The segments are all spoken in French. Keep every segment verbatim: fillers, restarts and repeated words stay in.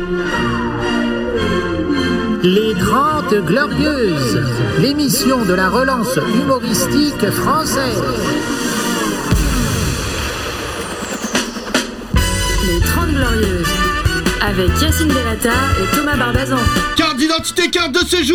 Les Grandes Glorieuses, l'émission de la relance humoristique française. Les Trente Glorieuses, avec Yacine Delata et Thomas Barbazan. Carte d'identité, carte de séjour.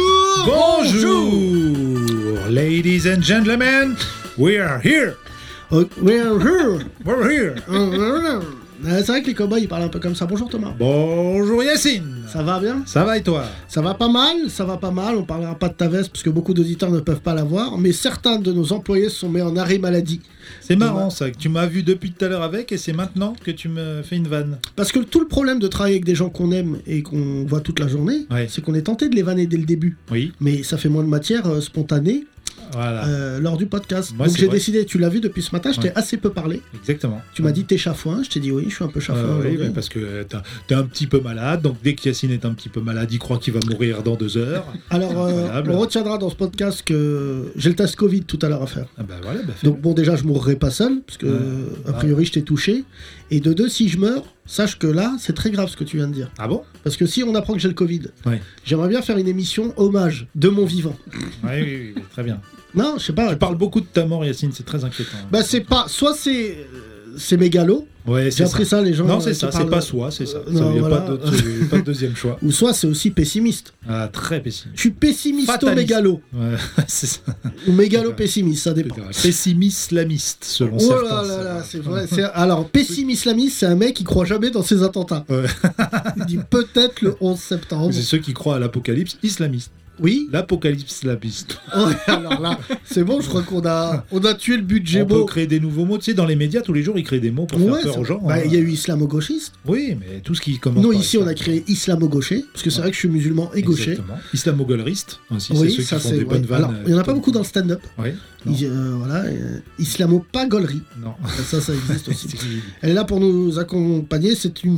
Bonjour, ladies and gentlemen, we are here. Oh, we're here. We're here. Euh, C'est vrai que les cow-boys ils parlent un peu comme ça. Bonjour Thomas. Bonjour Yacine. Ça va bien? Ça va et toi? Ça va pas mal, ça va pas mal. On parlera pas de ta veste parce que beaucoup d'auditeurs ne peuvent pas la voir, mais certains de nos employés se sont mis en arrêt maladie. C'est marrant ça, que tu m'as vu depuis tout à l'heure avec et c'est maintenant que tu me fais une vanne. Parce que tout le problème de travailler avec des gens qu'on aime et qu'on voit toute la journée, ouais. c'est qu'on est tenté de les vanner dès le début. Oui. Mais ça fait moins de matière euh, spontanée. Voilà. Euh, lors du podcast. Moi, donc j'ai vrai. décidé, tu l'as vu depuis ce matin, je t'ai ouais. assez peu parlé. Exactement. Tu m'as dit t'es chafouin, je t'ai dit oui, je suis un peu chafouin Euh, aujourd'hui. oui, parce que t'as- t'es un petit peu malade, donc dès que Yacine est un petit peu malade, il croit qu'il va mourir dans deux heures. Alors euh, Incroyable. on retiendra dans ce podcast que j'ai le test Covid tout à l'heure à faire. Ah bah voilà, bah fais-le. Donc bon déjà je mourrai pas seul, parce que Ouais. euh, a priori je t'ai touché. Et de deux, si je meurs, sache que là c'est très grave ce que tu viens de dire. Ah bon? Parce que si on apprend que j'ai le Covid, Ouais. j'aimerais bien faire une émission hommage de mon vivant. Oui, oui, oui, oui, très bien. Non, je sais pas. Tu parles beaucoup de ta mort, Yacine, c'est très inquiétant. Bah c'est pas, soit c'est euh, c'est mégalo. Ouais, J'ai c'est appris ça. ça les gens. Non, euh, c'est qui ça, c'est parlent- pas soi, c'est ça. Euh, Il non, n'y a voilà. pas, d'autre- pas de deuxième choix. Ou soit c'est aussi pessimiste. Ah, très pessimiste. Je suis pessimisto-mégalo. Ouais, c'est ça. Ou mégalo-pessimiste, ça dépend. Pessimiste-islamiste, selon Oh certains. là là là, ça. c'est vrai. c'est- Alors, pessimiste-islamiste, c'est un mec qui croit jamais dans ses attentats. Ouais. Il dit peut-être le onze septembre. C'est ceux qui croient à l'apocalypse islamiste. Oui. L'apocalypse islamiste. Oh, alors là, c'est bon, je crois qu'on a, on a tué le budget On peut beau. créer des nouveaux mots. Tu sais, dans les médias, tous les jours, ils créent des mots pour Ouais, faire peur c'est- aux gens. bah, hein. il y a eu islamo-gauchiste. Oui, mais tout ce qui commence Nous, par ici, on islam. a créé islamo-gaucher, parce que c'est vrai que je suis musulman et gaucher. Exactement. Islamo-gauleriste aussi, Oui, c'est ceux ça qui font c'est. des bonnes ouais. vannes. Alors, il n'y en a pas beaucoup dans le stand-up. Oui, non. Il- euh, voilà, euh, islamo-pas-gaulerie. non. Ça, ça existe aussi. C'est- Elle est là pour nous accompagner. C'est une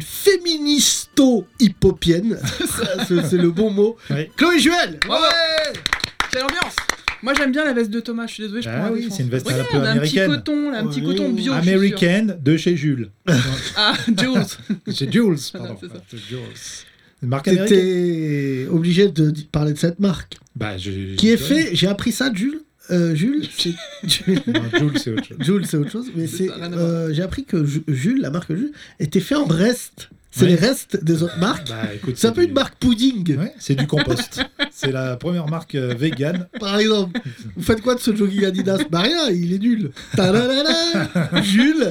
féministo-hippopienne. Ça, c'est c'est le bon mot. Ouais. Chloé Juel. Ouais. Quelle ambiance. Moi j'aime bien la veste de Thomas, je suis désolé, je Ah prends la oui, défense. c'est une veste un Regarde, peu américaine. un petit coton, là, un petit Oui. coton bio. je suis sûr. American de chez Jules. Ah, Jules. C'est Jules, pardon. C'est ça. C'est Jules. Une marque américaine. T'étais obligé de d- parler de cette marque. Bah, je, Qui je- est fait, j'ai appris ça de Jules. Euh, Jules, c'est Jules, Non, Jules, c'est autre chose. Jules, c'est autre chose, mais C'est c'est. ça, rien à euh, j'ai appris que Ju- Jules, la marque Jules, était fait en Brest. C'est Ouais. les restes des autres marques. Bah, écoute, C'est un peu du- une marque pudding, Ouais, c'est du compost. C'est la première marque euh, vegan. par exemple. Vous faites quoi de ce jogging Adidas? Bah rien, il est nul. Ta-da-da-da. Jules,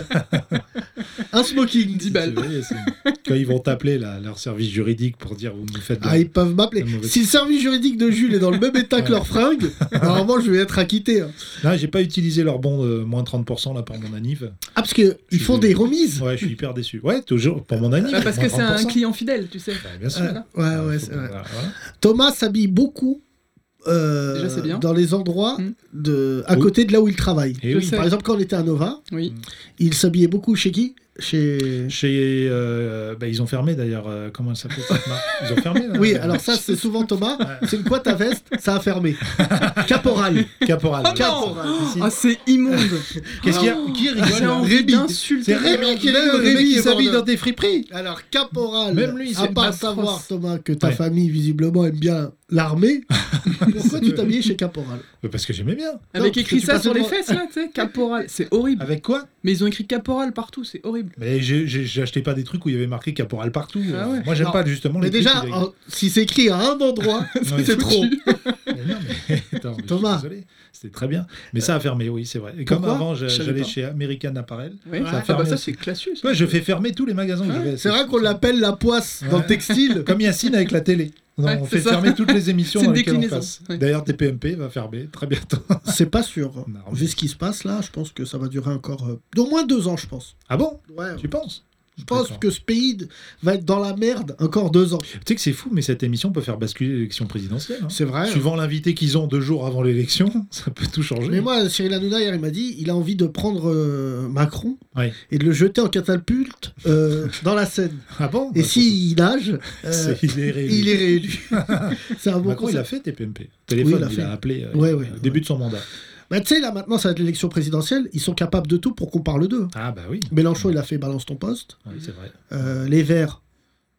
un smoking. dix balles. Tu vois, c'est- Quand ils vont t'appeler là, leur service juridique pour dire vous nous faites de... Ah, ils peuvent m'appeler. Un mauvais- Si le service juridique de Jules est dans le même état que Ouais. leurs fringues, normalement je vais être acquitté. hein. Là, j'ai pas utilisé leur bon de moins trente pour cent là pour mon anniv. Ah, parce qu'ils Je font suis- des remises. Ouais, je suis hyper déçu. Ouais, toujours pour mon anniv. Bah, parce que moins c'est un trente pour cent. client fidèle, tu sais. Bah, bien sûr. Ouais, ouais, ouais, Ah, c'est faut- vrai. voilà, voilà. Thomas s'habille beaucoup euh, Déjà, c'est bien. dans les endroits Mm. de, à Oui. côté de là où il travaille. Et Je oui, sais. Par exemple, quand on était à Nova, Oui. il s'habillait beaucoup chez qui? Chez... chez, euh, bah, ils ont fermé d'ailleurs. euh, comment elle s'appelle cette marque? Ils ont fermé. Là, Oui, euh, alors ça, c'est souvent Thomas. C'est une quoi ta veste? Ça a fermé. Caporal. Caporal. Oh non Caporal. Ici. Ah, c'est immonde. Qu'est-ce qu'il y a? Oh, Qui rigole J'ai là envie Rémi. d'insulter. C'est Rémi qui est Même là, le Rémi mec qui est s'habille mort dans des friperies. Alors, Caporal, Même lui, à c'est part atroce. savoir, Thomas, que ta Ouais. famille, visiblement, aime bien l'armée, pourquoi tu t'habillais chez Caporal? Parce que j'aimais bien. Non, Avec parce écrit que tu ça passais sur les devant- fesses, là, tu sais, caporal. C'est horrible. Avec quoi? Mais ils ont écrit caporal partout, c'est horrible. Mais j'ai j'ai- j'ai acheté pas des trucs où il y avait marqué caporal partout. Ah ouais. Moi, j'aime Non. pas justement Mais les déjà, trucs. en- si c'est écrit à un endroit, Ouais, c'est trop. foutu. Mais non, mais attends, mais je Thomas. suis désolé. C'était très bien. Mais ça a fermé, oui, c'est vrai. Et comme Pourquoi avant, j'a- Je savais j'allais pas. chez American Apparel. Oui. Ouais. Ah, fermé bah ça, aussi. c'est classieux. ça. Ouais, je fais fermer tous les magasins où je vais. C'est vrai qu'on l'appelle la poisse dans le Ouais. textile. Comme Yacine avec la télé. Non, Ouais, on c'est fait ça. fermer toutes les émissions C'est dans une lesquelles on déclinaison. passe. Ouais. D'ailleurs, T P M P va fermer très bientôt. C'est pas sûr. Non, Vu mais- ce qui se passe là, je pense que ça va durer encore euh, d'au moins deux ans, je pense. Ah bon? Ouais. Tu penses? Je pense D'accord. que ce pays va être dans la merde encore deux ans. Tu sais que c'est fou, mais cette émission peut faire basculer l'élection présidentielle. hein. C'est vrai. Suivant l'invité qu'ils ont deux jours avant l'élection, ça peut tout changer. Mais moi, Cyril Hanouna, hier, il m'a dit il a envie de prendre euh, Macron Ouais. et de le jeter en catapulte euh, dans la Seine. Ah bon? Et Bah, s'il nage, euh, c'est- il est réélu. il est réélu. C'est un bon Macron, il a concept. fait T P M P. Téléphone, Oui, il a il, fait. a appelé euh, Ouais, ouais, au début ouais. de son mandat. Bah, tu sais, là, maintenant, ça va être l'élection présidentielle. Ils sont capables de tout pour qu'on parle d'eux. Ah bah oui. Mélenchon, il a fait balance ton poste. Oui, c'est vrai. Euh, les Verts,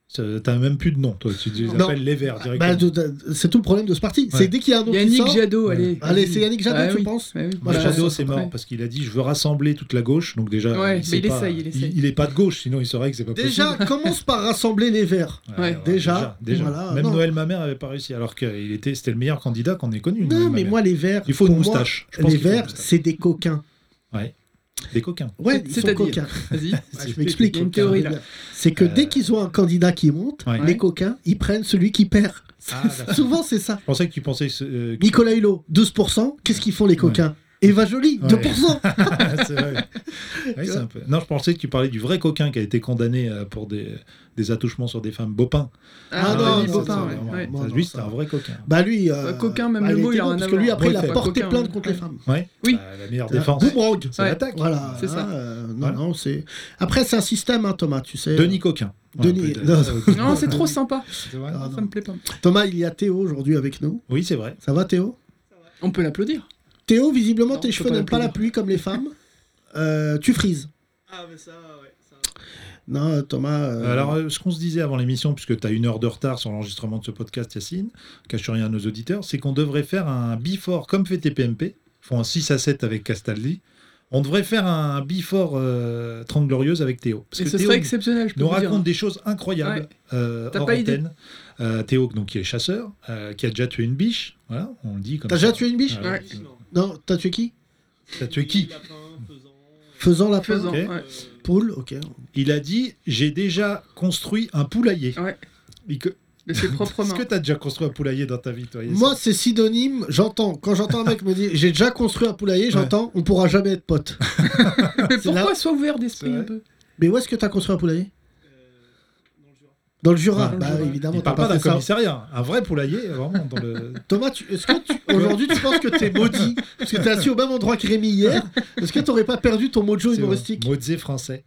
Ça- T'as même plus de nom, toi. Tu les Non. appelles les Verts Bah, directement. de- de- c'est tout le problème de ce parti. Ouais. C'est dès qu'il y a un nom qui Yannick sort... Jadot, Ouais. allez. Allez, vas-y. c'est Yannick Jadot, Ah tu oui. penses Bah oui. Moi, Bah, je Jadot, pense c'est que- mort ouais. parce qu'il a dit je veux rassembler toute la gauche. Donc déjà, Ouais, sait mais il pas- essaye, il essaye. Il, est pas de gauche, sinon il saurait que c'est pas Déjà, possible. commence par rassembler les Verts. Ouais. Déjà, déjà. voilà, Même non. Noël Mamère avait pas réussi, alors qu'il était, c'était le meilleur candidat qu'on ait connu. Non, Noël mais Mamère. moi, les Verts... il faut une pour moi, moustache. Je pense les qu'il faut une Verts, moustache. c'est des coquins. Ouais. Des coquins. Ouais, ils sont C'est-à-dire coquins. Vas-y. Ouais, je m'explique. Il y a une théorie là. C'est que Euh, dès qu'ils ont un candidat qui monte, Ouais. les Ouais. coquins, ils prennent celui qui perd. Ah, d'accord. Souvent, c'est ça. Je pensais que tu pensais. euh, que- Nicolas Hulot, douze pour cent. Qu'est-ce qu'ils font, les coquins Eva Joly, Ouais. deux pour cent. c'est vrai. Ouais, c'est un peu- Non, je pensais que tu parlais du vrai coquin qui a été condamné euh, pour des, des attouchements sur des femmes. Bopin. Ah non, non, Denis non, Bopin, non, ouais. non, ouais. non, Ça, non, lui, ça- c'était un vrai coquin. Bah lui, euh, Bah, coquin, même bah, le il mot, était il a bon, rien parce à que lui, voir. après, Ouais, il a fait. porté Coquin, plainte contre ouais. les femmes. Ouais. Oui. Bah, la meilleure Un défense. boomerang. C'est Ouais. l'attaque. Voilà. C'est ça. hein, euh, non, Voilà. non, c'est. Après, c'est un système, hein, Thomas, tu sais. Denis Coquin. Denis- Ouais, peut-être. non. Non, c'est trop sympa. C'est vrai. Ah, Ça non. me plaît pas. Thomas, il y a Théo aujourd'hui avec nous. Oui, c'est vrai. Ça va, Théo On peut l'applaudir. Théo, visiblement, Non, tes on cheveux peut pas n'aiment pas la l'applaudir. pluie comme les femmes. Euh, tu frises. Ah, mais ça, ouais. Ça... Non, Thomas. euh, Alors, euh, ce qu'on se disait avant l'émission, puisque tu as une heure de retard sur l'enregistrement de ce podcast, Yacine, cache rien à nos auditeurs, c'est qu'on devrait faire un before, comme fait T P M P, ils font un six à sept avec Castaldi, on devrait faire un before euh, trente Glorieuses avec Théo. Parce Et que ce Théo serait exceptionnel, je peux nous vous dire. raconte des choses incroyables Ouais. euh, T'as hors pas idée. antenne. Euh, Théo, donc, qui est chasseur, euh, qui a déjà tué une biche, voilà, on le dit comme T'as ça. déjà tué une biche Euh, Ouais. Non. Non, t'as tué qui T'as tué qui Lapin, faisan, Faisant la Faisant, Ok. ouais. euh, Poule, ok. Il a dit, j'ai déjà construit un poulailler. Ouais. Et que- De ses propres Est-ce mains. que t'as déjà construit un poulailler dans ta vie, toi Yacine? Moi, c'est synonyme. J'entends. Quand j'entends un mec me dire j'ai déjà construit un poulailler, j'entends on pourra jamais être potes. Mais c'est pourquoi là- sois ouvert d'esprit C'est un vrai. peu Mais où est-ce que t'as construit un poulailler euh, dans le Jura. Dans le Jura. Ouais, bah dans le Jura. évidemment, Il t'as parle pas pas d'un fait ça. commissariat, un vrai poulailler, vraiment, dans le... Thomas, tu- est-ce que tu- aujourd'hui tu penses que t'es maudit parce que t'es assis au même endroit que Rémi hier? Est-ce que t'aurais pas perdu ton mojo C'est humoristique? Mozé français.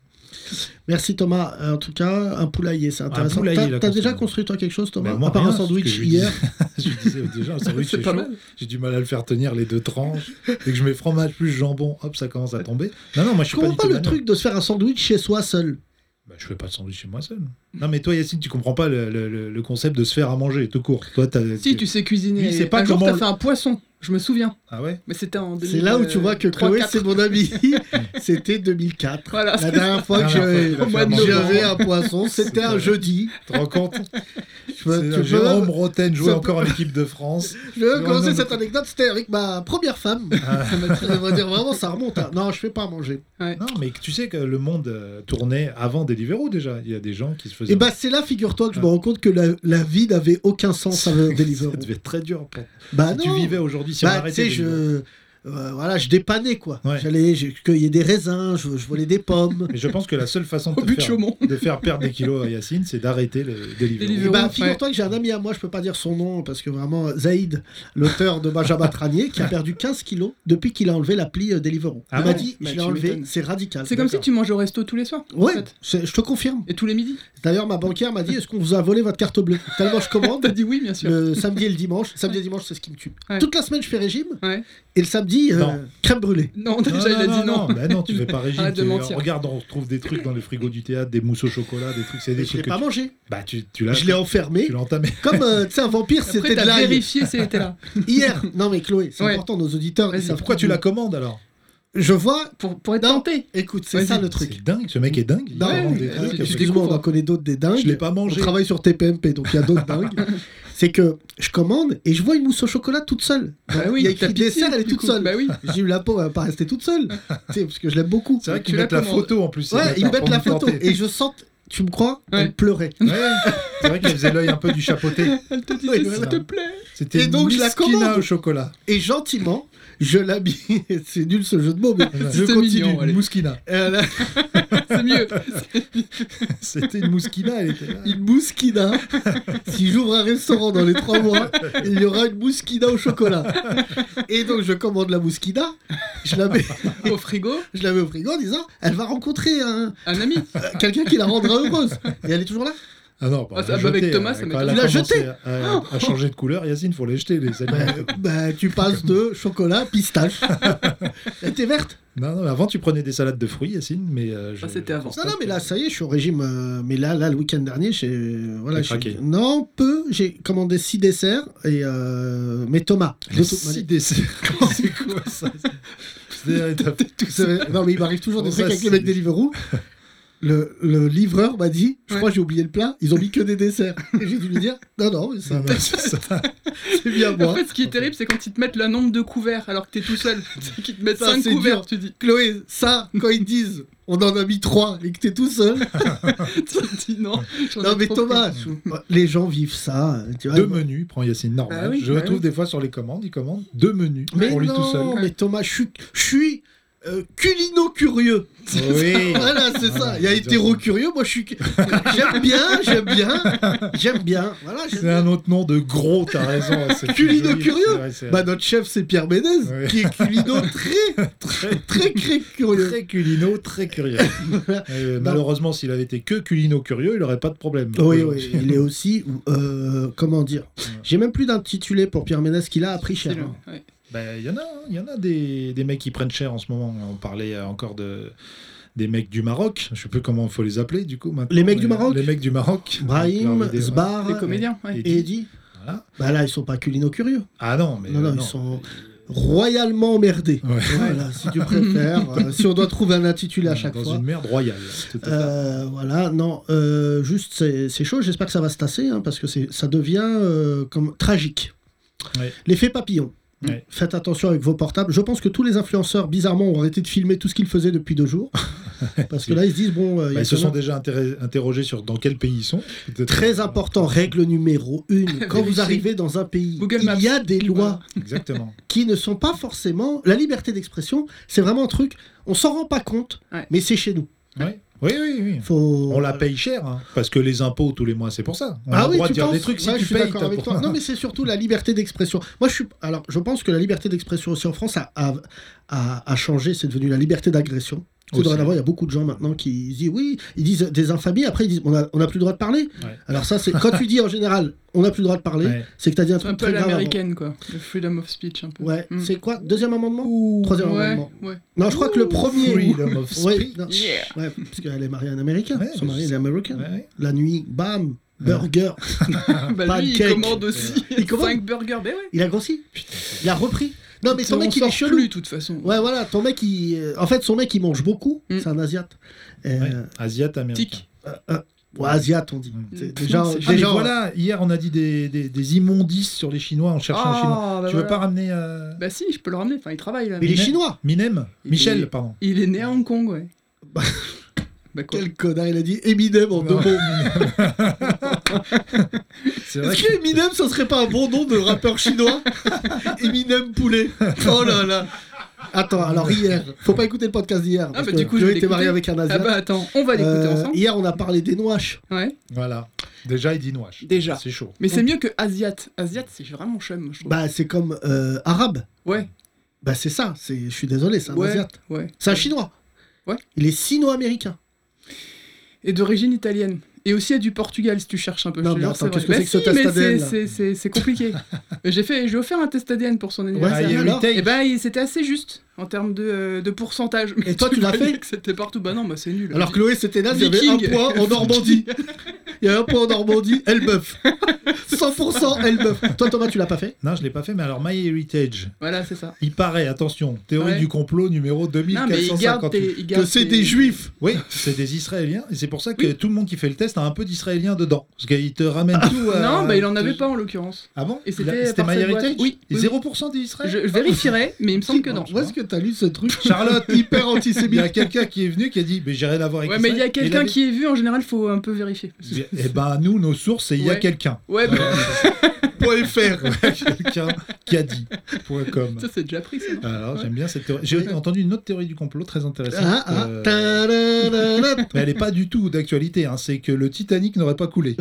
Merci Thomas. Euh, En tout cas, un poulailler, c'est intéressant. poulailler, T'as il a t'as déjà construit. construit toi quelque chose, Thomas? Mais moi, À part rien, un c'est ce sandwich que je hier. disais. Je disais déjà, un sandwich, C'est c'est pas chaud. mal. J'ai du mal à le faire tenir, les deux tranches. Dès que je mets fromage plus jambon, hop, ça commence à tomber. Non, non, moi, je Je suis pas comprends du pas tout le maniaque. truc de se faire un sandwich chez soi seul. Bah, je fais pas de sandwich chez moi seul. Non, mais toi, Yacine, tu comprends pas le, le- le- le concept de se faire à manger, tout court. Toi, t'as... Si, tu sais cuisiner. Lui, c'est pas un jour, comment t'as le- fait un poisson. Je me souviens. Ah ouais Mais c'était en deux mille C'est là où tu vois que trois, Chloé, quatre. c'est mon ami. C'était deux mille quatre. Voilà. La dernière fois que La dernière j'avais fois qu'il a fait à manger. j'avais un poisson, c'était un jeudi. Tu te rends compte Je peux- C'est tu peux Jérôme même- Roten jouait ça encore en équipe de France. Je vais même Non, commencer non, cette non. anecdote, c'était avec ma première femme. Ah. Ça va dire vraiment, ça remonte. à- Non, je fais pas à manger. Non, mais tu sais que le monde euh, tournait avant Deliveroo déjà. Il y a des gens qui se faisaient. Et bah, c'est là, figure-toi, que je me rends compte que la, la vie n'avait aucun sens avec Deliveroo. Ça devait être très dur. Pour... Bah, si non. tu vivais aujourd'hui, si on Bah, tu arrêtait. sais, je. Deliveroo. euh, voilà, je dépannais quoi. Ouais. J'allais, je cueillais des raisins, je, je volais des pommes. Mais je pense que la seule façon Au de, but te de faire, Chaumont. de faire perdre des kilos à Yacine, c'est d'arrêter le Deliveroo. Deliveroo. Et bah, ouais. figure-toi que j'ai un ami à moi, je peux pas dire son nom parce que vraiment, Zaïd, l'auteur de Benjamin Tranier, qui a perdu quinze kilos depuis qu'il a enlevé l'appli euh, Deliveroo. Ah Il m'a ouais dit, Bah, je tu l'ai enlevé, m'étonnes. c'est radical. C'est comme si D'accord. tu manges au resto tous les soirs. en Ouais, fait. c'est- je te confirme. Et tous les midis. D'ailleurs, ma banquière m'a dit, est-ce qu'on vous a volé votre carte bleue? Tellement je commande. T'as dit oui, bien sûr. Le samedi et le dimanche. Samedi et dimanche, c'est ce qui me tue. Ouais. Toute la semaine, je fais régime. Ouais. Et le samedi, euh, Non. crème brûlée. Non, déjà, il a dit non. Bah non, tu fais pas régime. Arrête de tu- mentir. Regarde, on retrouve des trucs dans les frigos du théâtre, des mousses au chocolat, des trucs. C'est des Je l'ai trucs que pas tu... mangé. Bah tu, tu l'as. Je l'ai enfermé. Tu l'as entamé. Comme, euh, tu sais, un vampire, Après, c'était de t'as l'ail. vérifié si elle était là. Hier. Non, mais Chloé, c'est Ouais. important, nos auditeurs. Vas-y, ils savent Pourquoi tout. tu la commandes alors? Je vois. Pour, pour être Non. tenté. Écoute, c'est Vas-y. ça le truc. C'est dingue, ce mec est dingue. Il Non, invente ouais, des ouais, trucs. ouais, je Excuse-moi, découvre. on en connaît d'autres des dingues. Je l'ai pas On mangé. travaille sur T P M P, donc il y a d'autres dingues. C'est que je commande et je vois une mousse au chocolat toute seule. Bah oui, il y a t'as écrit pitié, dessert, elle est du toute coup. seule. Bah oui. J'ai eu la peau, elle va pas rester toute seule. Tu sais, parce que je l'aime beaucoup. C'est vrai Tu qu'ils la mettent la commandes. photo en plus. c'est Ouais, ils bâtard, mettent pour la nous photo. tenter. Et je sens, tu me crois, Ouais. elle pleurait. Ouais, c'est vrai qu'elle faisait l'œil un peu du chapeauté. Elle te dit, Oui, s'il voilà. te plaît. C'était Et donc, je la Miskina commande. au chocolat. Et gentiment, je l'habille. C'est nul ce jeu de mots, mais je C'est continue. mignon, allez. Mouskina. Euh, là, C'est mieux. C'était une mouskina, elle était là. une mouskina. Si j'ouvre un restaurant dans les trois mois, il y aura une mouskina au chocolat. Et donc, je commande la mouskina. Je la mets, Au frigo, je la mets au frigo en disant, elle va rencontrer un, un ami. quelqu'un qui la rendra heureuse. Et elle est toujours là. Ah non, bah, Ah, ça, la bah, avec jeter, Thomas, euh, ça quand m'étonne. elle a Tu l'as commencé jeté à, à- à changer de couleur, Yacine, faut les jeter, les Bah, aliments. bah, tu passes de chocolat, pistache. Elle était verte. Non, non, avant, tu prenais des salades de fruits, Yacine, mais... euh, je- Ça, c'était avant. Non, non, mais là, ça y est, je suis au régime. euh, mais là, là, le week-end dernier, j'ai. Voilà, T'as j'ai- craqué. Non, peu. J'ai commandé six desserts. Et, euh, mais Thomas, de Les toute six manière. desserts. C'est quoi ça C'est- t'as- C'est vrai. Non, mais il m'arrive toujours des Bon, trucs ça, avec les c'est- mecs Deliveroo. Le, le livreur m'a dit, je Ouais. crois que j'ai oublié le plat, ils ont mis que des desserts. Et j'ai dû lui dire, non, non, mais c'est Non, non, c'est ça. c'est bien En moi. fait, ce qui est terrible, c'est quand ils te mettent le nombre de couverts alors que t'es tout seul. C'est qu'ils te mettent Ça, cinq c'est couverts, dur. tu dis. Chloé, ça, quand ils disent, on en a mis trois et que t'es tout seul. Tu te dis non. j'en ai Non, mais trop Thomas, pris. je- les gens vivent ça. Tu vois, Deux moi- menus, prend Yacine, normal. Bah oui, je bah retrouve oui. des fois sur les commandes, il commande deux menus Mais pour lui non, tout seul. mais Thomas, je suis, je suis euh, culino-curieux. Oui. Voilà, c'est ça. Voilà, Il y a bien hétéro-curieux, moi je suis. J'aime bien, j'aime bien, j'aime bien. Voilà, j'aime C'est bien. un autre nom de gros, t'as raison. c'est plus Culino joli, curieux. c'est vrai, c'est Bah, notre chef, c'est Pierre Ménez, Ouais. qui est culino très, très, très, très curieux. très culino, très curieux. Euh, malheureusement, s'il avait été que culino curieux, il aurait pas de problème. Oui, oui, il est aussi. euh, comment dire J'ai même plus d'intitulé pour Pierre Ménez qu'il a appris cher. C'est le- hein. ouais. Ben, il y en a, il y en a des, des mecs qui prennent cher en ce moment. On parlait encore de des mecs du Maroc. Je sais plus comment il faut les appeler du coup maintenant. Les mecs du mais- Maroc Les mecs du Maroc. Brahim, Leur vidéo, Sbar Les comédiens, ouais. Et- et Eddy. Voilà. Bah là, ils sont pas culino-curieux. Ah non, mais Non, non, euh, ils sont royalement emmerdés. Ouais. Voilà, si tu préfères. euh, si on doit trouver un intitulé à chaque dans fois. une merde royale. Tout à fait. Euh, voilà, non, euh, juste c'est c'est chaud, j'espère que ça va se tasser, hein, parce que c'est- ça devient euh, comme tragique. Ouais. L'effet papillon. Ouais. Faites attention avec vos portables. Je pense que tous les influenceurs, bizarrement, ont arrêté de filmer tout ce qu'ils faisaient depuis deux jours. Parce que là, ils se disent, bon, euh, il y Bah, a ils se quand sont même- déjà interré- interrogés sur dans quel pays ils sont. Peut-être- Très important, règle numéro une. Quand vous Vérifier. arrivez dans un pays, Google Maps. il y a des lois Exactement. qui ne sont pas forcément... La liberté d'expression, c'est vraiment un truc, on s'en rend pas compte, Ouais. mais c'est chez nous. Oui, oui, oui. oui. Faut... On la paye cher, hein, parce que les impôts tous les mois, c'est pour ça. On Ah a le oui, droit tu de dire penses des trucs si Ouais, tu je suis payes. d'accord t'as avec pour- toi. Non, mais c'est surtout la liberté d'expression. Moi, je suis. Alors, je pense que la liberté d'expression aussi en France a, a, a, a changé. C'est devenu la liberté d'agression. Tu sais, Aussi. dorénavant, il y a beaucoup de gens maintenant qui disent oui, ils disent des infamies. Après, ils disent on a, on a plus le droit de parler. Ouais. Alors ça, c'est quand tu dis en général on n'a plus le droit de parler, Ouais. c'est que tu as dit un C'est un truc peu très à grave. l'américaine, quoi. Le freedom of speech, un peu. avant. Ouais. Mm. C'est quoi Deuxième amendement Troisième ouais, amendement. ouais. Non, je crois que le premier. Freedom of Ouais, speech. non. Yeah. Ouais, parce qu'elle est mariée à un Américain. Ouais, Son mais mari, je il est sais. américain. Ouais, ouais. La nuit, bam, burger. Bah Pas lui, de il cake. commande aussi Il commande cinq burgers. Ben ouais. Il a grossi. Il a repris. Non, mais Ça, ton on mec, il est sort chelou. plus, de toute façon. Ouais, voilà, ton mec, il... euh, en fait, son mec, il mange beaucoup. Mm. C'est un Asiate. Euh, Ouais. Asiate américain. Tic. euh, euh, ouais, Asiate, on dit. Mm. C'est Mm. déjà, C'est Ah, mais déjà, voilà, hier on a dit des, des, des immondices sur les Chinois en cherchant Ah, un Chinois. bah tu veux voilà. pas ramener euh, Bah si, je peux le ramener. Enfin, il travaille là. Mais il est Minem chinois. Minem Il Michel, est- pardon. Il est né à Hong Kong, ouais. Bah- Bah quoi. Quel connard, il a dit Eminem en deux Non, mots. C'est vrai Est-ce que- que Eminem, ça serait pas un bon nom de rappeur chinois Eminem Poulet. Oh là là. Attends, alors hier, faut pas écouter le podcast d'hier. Ah parce bah que du coup, je Chloé vais était mariée l'écouter. avec un Ah Asiate. bah attends, on va l'écouter Euh, ensemble. hier, on a parlé des nouaches. Ouais. Voilà. Déjà, il dit nouache. Déjà. C'est chaud. Mais c'est mieux que Asiat. Asiat, c'est vraiment chum, moi, je trouve. Bah, c'est comme euh, arabe. Ouais. Bah, c'est ça. C'est, je suis désolé, c'est un Ouais. Asiate. Ouais. C'est un chinois. Ouais. Il est sino-américain. Et d'origine italienne. Et aussi à du Portugal, si tu cherches un peu. Non, je te mais jure, attends, c'est qu'est-ce vrai. que c'est que ce Bah si, test mais A D N, c'est- là c'est- c'est c'est compliqué. j'ai fait, j'ai offert un test A D N pour son anniversaire. Ouais, Ah, alors Heritage. Et ben, il- c'était assez juste en termes de, euh, de pourcentage. Et toi, tu l'as voyais fait que c'était partout. Bah non, bah c'est nul. Alors Chloé, c'était naze, il y avait Viking. un point en Normandie. Il y avait un point en Normandie, Elbeuf. cent pour cent Elbeuf. Toi, Thomas, tu l'as pas fait Non, je l'ai pas fait, mais alors MyHeritage, Voilà, c'est ça. il paraît, attention, théorie Ouais. du complot numéro Non, mais il garde deux mille quatre cent cinquante-huit. tes. il garde Que c'est tes- des juifs. Oui, c'est des Israéliens, et c'est pour ça que Oui. tout le monde qui fait le test a un peu d'Israélien dedans. Parce qu'il te ramène tout à... Non, bah il en avait pas en l'occurrence. Ah bon Et Il c'était a- C'était par cette MyHeritage boîte. Oui, Et oui. zéro pour cent d'Israël Je, je vérifierai, mais il me semble que non. Où est-ce que t'as lu ce truc Charlotte, Hyper il y antisémite. a quelqu'un qui est venu qui a dit mais j'ai rien à voir avec Ouais, mais il y a Israël. quelqu'un avait- qui est vu, en général, faut un peu vérifier. Eh ben nous, nos sources, c'est il y a Ouais. quelqu'un. Ouais, bah, Point F R. Ouais, quelqu'un qui a dit. Point com. ça c'est déjà pris, ça. non Alors j'aime bien cette théorie. J'ai entendu une autre théorie du complot très intéressante. Ah, ah, euh, ta-da-da-da. Mais elle n'est pas du tout d'actualité. Hein. C'est que le Titanic n'aurait pas coulé.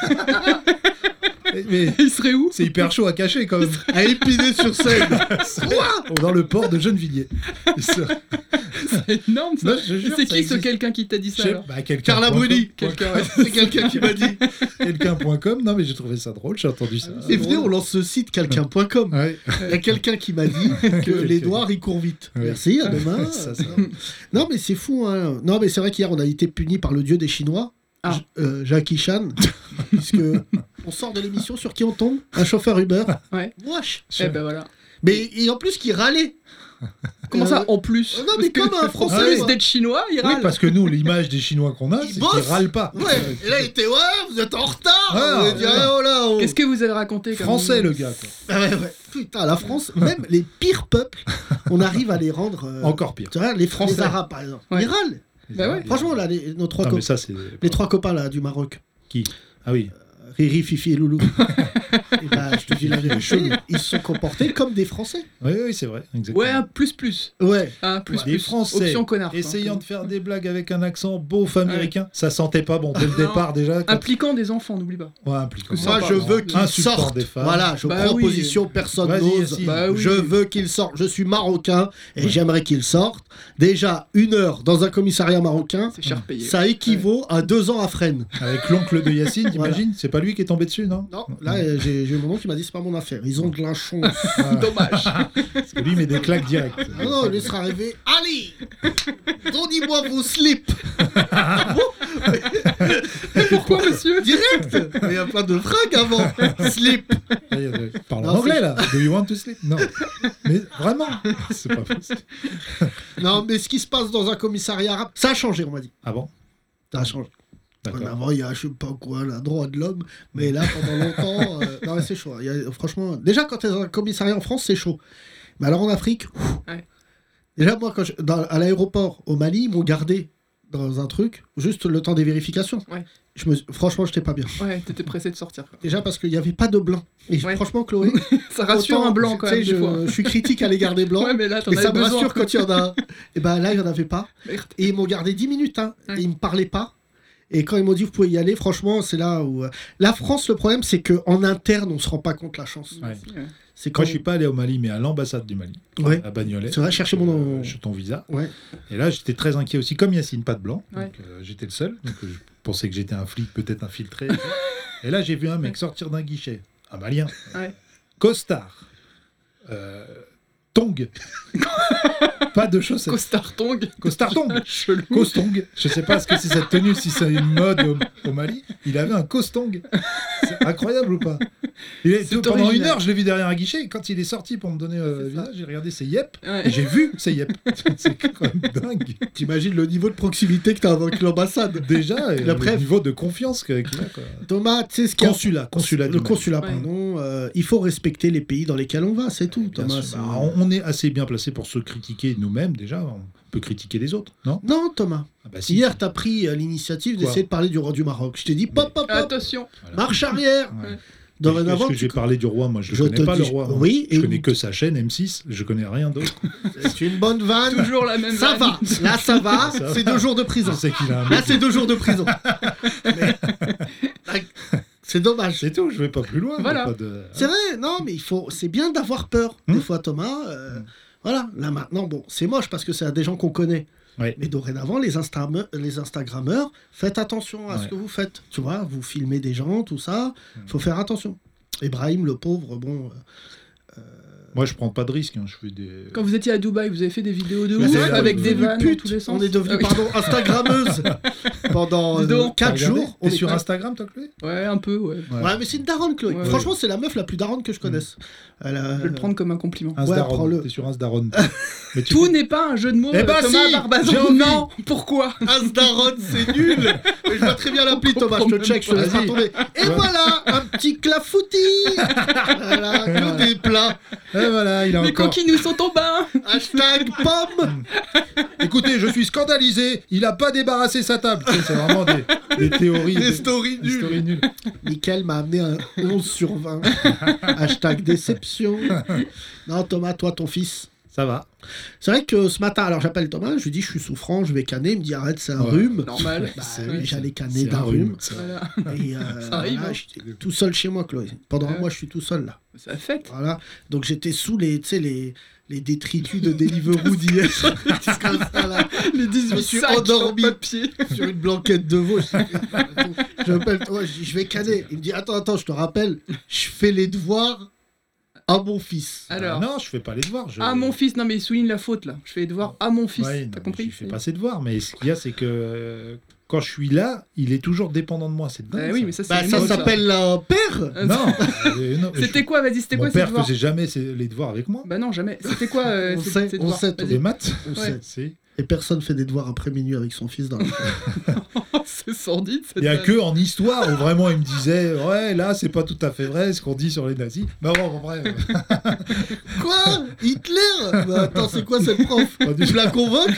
Mais Il serait où c'est hyper chaud à cacher quand même. À Épinay-sur-Seine. Dans le port de Gennevilliers. Il serait- C'est énorme ça. Non, je jure, C'est ça qui ce existe. quelqu'un qui t'a dit Je ça sais- alors bah, quelqu'un Carla point com. Bruni. Quelqu'un, ouais. C'est quelqu'un qui m'a dit. Quelqu'un point com. Non, mais j'ai trouvé ça drôle, j'ai entendu ça. Et venez, on lance ce site quelqu'un point com. Ouais. Il y a quelqu'un qui m'a dit que les noirs ils courent vite. Ouais. Merci, à demain. Ça, ça. Non, mais c'est fou. Hein. Non, mais c'est vrai qu'hier on a été puni par le dieu des Chinois, Ah. J- euh, Jackie Chan, puisque on sort de l'émission sur qui on tombe, un chauffeur Uber. Ouais. Wesh. Eh ben voilà. Mais et en plus qui râlait. Comment Euh, ça en plus non, mais Parce comme que un Français, En plus quoi. d'être chinois, il Oui, râle. parce que nous, l'image des Chinois qu'on a, Ils c'est qu'ils bossent. râlent pas. Ouais. Et là il était ouais, vous êtes en retard. Ah, on a dit, ouais. ah, oh là, oh. Qu'est-ce que vous avez raconté comme- Français, le gars. Quoi. Ah ouais, ouais. Putain, la France, même les pires peuples, on arrive à les rendre. euh, Encore pire. Tu vois, les Français, Les les Arabes. Arabes par exemple, Ouais. ils râlent. Bah ouais. Franchement, là, les, nos trois Non, mais copains, ça, c'est. les trois copains là du Maroc, Qui Ah oui. Riri, Fifi et Loulou. Et bah, je te dis la vérité, ils se sont comportés comme des Français. Oui, oui, c'est vrai. Exactement. Ouais, un plus plus. Ouais. Un plus Des plus. Français Option connard. quoi. essayant de faire des blagues avec un accent beauf américain, ça sentait pas bon dès le Non. départ déjà. Quand... Impliquant des enfants, n'oublie pas. Ouais, impliquant. Parce Moi, Sympa, je non. veux qu'ils Insultant sortent. des femmes. Voilà, je Bah prends oui. position, personne Vas-y, n'ose. Yacine. Bah oui. Je veux qu'ils sortent. Je suis marocain et Ouais. j'aimerais qu'ils sortent. Déjà, une heure dans un commissariat marocain, C'est cher payé. ça équivaut à deux ans à Fresnes. Avec l'oncle de Yacine, Voilà. t'imagines C'est pas lui qui est tombé dessus, non Non, là, euh, j'ai j'ai eu mon oncle qui m'a dit c'est pas mon affaire. Ils ont de la chance. Ah, Dommage. parce que lui, il met des claques directes. Ah non, il sera arrivé. Allez, donnez-moi vos slips. Pourquoi, monsieur Direct. Mais il y a plein de fringues avant. Slip. Parle Non, en anglais c'est- là. Do you want to sleep Non. Mais vraiment, c'est pas possible. Non, mais ce qui se passe dans un commissariat arabe, ça a changé, on m'a dit. Ah bon Ça a changé. D'accord. Avant, il y a, je sais pas quoi, la droit de l'homme. Mais là, pendant longtemps, euh, non, mais c'est chaud. Il y a- franchement, déjà, quand tu es dans un commissariat en France, c'est chaud. Mais alors en Afrique, ouf. Ouais. Déjà, moi, quand je- dans- à l'aéroport au Mali, ils m'ont gardé dans un truc, juste le temps des vérifications. Ouais. Je me, franchement, j'étais pas bien. Ouais, t'étais pressé de sortir. Quoi. Déjà parce qu'il n'y avait pas de blanc. Et Ouais. franchement, Chloé, Ça rassure autant, un blanc quand tu sais, même, des je, fois. je suis critique à l'égard des blancs. Ouais, mais là, t'en Mais ça avais me besoin. rassure quand il y en a. Et ben là, il n'y en avait pas. Merde. Et ils m'ont gardé dix minutes. Hein. Ouais. Et ils me parlaient pas. Et quand ils m'ont dit vous pouvez y aller, franchement, c'est là où. euh, La France, le problème, c'est qu'en interne, on se rend pas compte la chance. Ouais. Ouais. C'est quand. Moi, je suis pas allé au Mali, mais à l'ambassade du Mali, Ouais. à Bagnolet. C'est vrai, chercher mon. Euh, sur ton visa. Ouais. Et là, j'étais très inquiet aussi, comme Yacine, pas de blanc. Ouais. Donc, euh, j'étais le seul. Donc, euh, je pensais que j'étais un flic, peut-être infiltré. Et là, j'ai vu un mec sortir d'un guichet, un Malien, Ouais. costard, euh, tong, pas de chaussettes, Costard tong. costard tong, Chelou. costong. Je sais pas ce que c'est cette tenue, si c'est une mode au, au Mali. Il avait un costong. C'est incroyable ou pas Il est, C'est Pendant original. une heure, je l'ai vu derrière un guichet. Et quand il est sorti pour me donner euh, le C'est ça. visage, j'ai regardé ses yep. Ouais. Et j'ai vu ses yep. C'est quand même dingue. T'imagines le niveau de proximité que t'as avec l'ambassade. Déjà, et La le préf. niveau de confiance que- qu'il a. Quoi. Thomas, tu sais ce qu'il y a. Consulat, consulat. Le du Mali. consulat, Ouais. pardon. euh, il faut respecter les pays dans lesquels on va, c'est tout, Bien Thomas. sûr. c'est- Bah, on, on est assez bien placé pour se critiquer nous-mêmes déjà. On peut critiquer les autres, non Non, Thomas. Ah bah si. Hier, t'as pris euh, l'initiative Quoi d'essayer de parler du roi du Maroc. Je t'ai dit, pop, pop, pop, Attention. Voilà. marche arrière. Ouais. Dorénavant, Est-ce que tu- j'ai parlé du roi Moi, je ne Je connais te pas dis- le roi. moi. oui, Je et connais une- que sa chaîne M six. Je connais rien d'autre. c'est une bonne vanne. Toujours la même Ça vanne. va. Là, ça va. Ça C'est va. deux jours de prison. Je sais qu'il a un Là, mec. c'est deux jours de prison. Mais- C'est dommage. C'est tout. Je vais pas plus loin. Voilà. Pas de- C'est vrai, non, mais il faut. C'est bien d'avoir peur. Hmm. Des fois, Thomas. euh, Voilà. Là maintenant, bon, c'est moche parce que c'est à des gens qu'on connaît. Ouais. Mais dorénavant, les, Instagrammeurs, les Instagrammeurs, faites attention à ce Ouais. que vous faites. Tu vois, vous filmez des gens, tout ça. Faut faire attention. Ibrahim, le pauvre, bon. euh, Moi, je prends pas de risque. hein. Je fais des. Quand vous étiez à Dubaï, vous avez fait des vidéos de Mais ouf c'est vrai qu'on avec est des devenu vannes pute. dans tous les sens. On est devenu, Ah oui. pardon, Instagrammeuse pendant Dis donc. quatre T'as regardé jours. T'es On est sur pas- Instagram, toi, Chloé Ouais, un peu, ouais. Ouais. Ouais, mais c'est une daronne, Chloé. Ouais, Franchement, c'est la meuf la plus daronne que je connaisse. Elle a- Je vais le prendre comme un compliment. Instaron. prends-le. T'es sur Instaron. Mais tu Tout fais- n'est pas un jeu de mots, Eh ben Thomas si, Barbazan. j'ai envie. Non, pourquoi Asdaron, c'est nul. Mais je vois très bien l'appli, Thomas. Je te check, je te laisse Vas-y. tomber. Et Ouais. voilà, un petit clafoutis. Voilà, que des plats. Et voilà, il a Les encore. coquinous sont au bain. Hashtag pomme. Écoutez, je suis scandalisé. Il a pas débarrassé sa table. Tu sais, c'est vraiment des, des théories. Des stories des nulles. stories nulles. Mickaël m'a amené un onze sur vingt. Hashtag déception. Non, Thomas, toi, ton fils. Ça va. C'est vrai que ce matin, alors j'appelle Thomas, je lui dis je suis souffrant, je vais canner, il me dit arrête, c'est un Ouais. rhume. Normal. Bah, C'est- oui, j'allais canner c'est d'un un rhume. c'est- Voilà. Et euh, Ça arrive, voilà, hein. j'étais tout seul chez moi, Chloé. Pendant un Ouais. mois, je suis tout seul là. C'est la fête. Voilà. Donc j'étais sous les, tu sais, les, les détritus de Deliveroo d'hier. C'est comme ça, là. Les Je me dix-huit suis sacs endormi. en papier. Sur une blanquette de veau. Je je m'appelle Thomas, je dis je vais canner. Il me dit attends, attends, je te rappelle, je fais les devoirs à mon fils. Alors. Ah non, je fais pas les devoirs. Je... Ah, mon fils, non mais il souligne la faute là. Je fais les devoirs à mon fils. Ouais, non, T'as mais compris Je fais pas ses devoirs, mais ce qu'il y a, c'est que euh, quand je suis là, il est toujours dépendant de moi. C'est dingue. Eh oui, mais ça, c'est Bah une ça autre, s'appelle un père. Euh, Non. euh, non, C'était je- quoi, vas-y, c'était Mon quoi ces père devoirs faisait jamais ses- les devoirs avec moi. Bah non, jamais. C'était quoi euh, On ces- sait, ces on devoirs sait, Vas-y. Les maths. On Ouais. sait. Si. Et personne fait des devoirs après minuit avec son fils dans la C'est sordide. cette Il y a vanne. que en histoire où vraiment il me disait ouais là c'est pas tout à fait vrai ce qu'on dit sur les nazis. Bah bon, bon bref. Quoi Hitler Bah attends, c'est quoi cette prof Pas du- Tu la convoques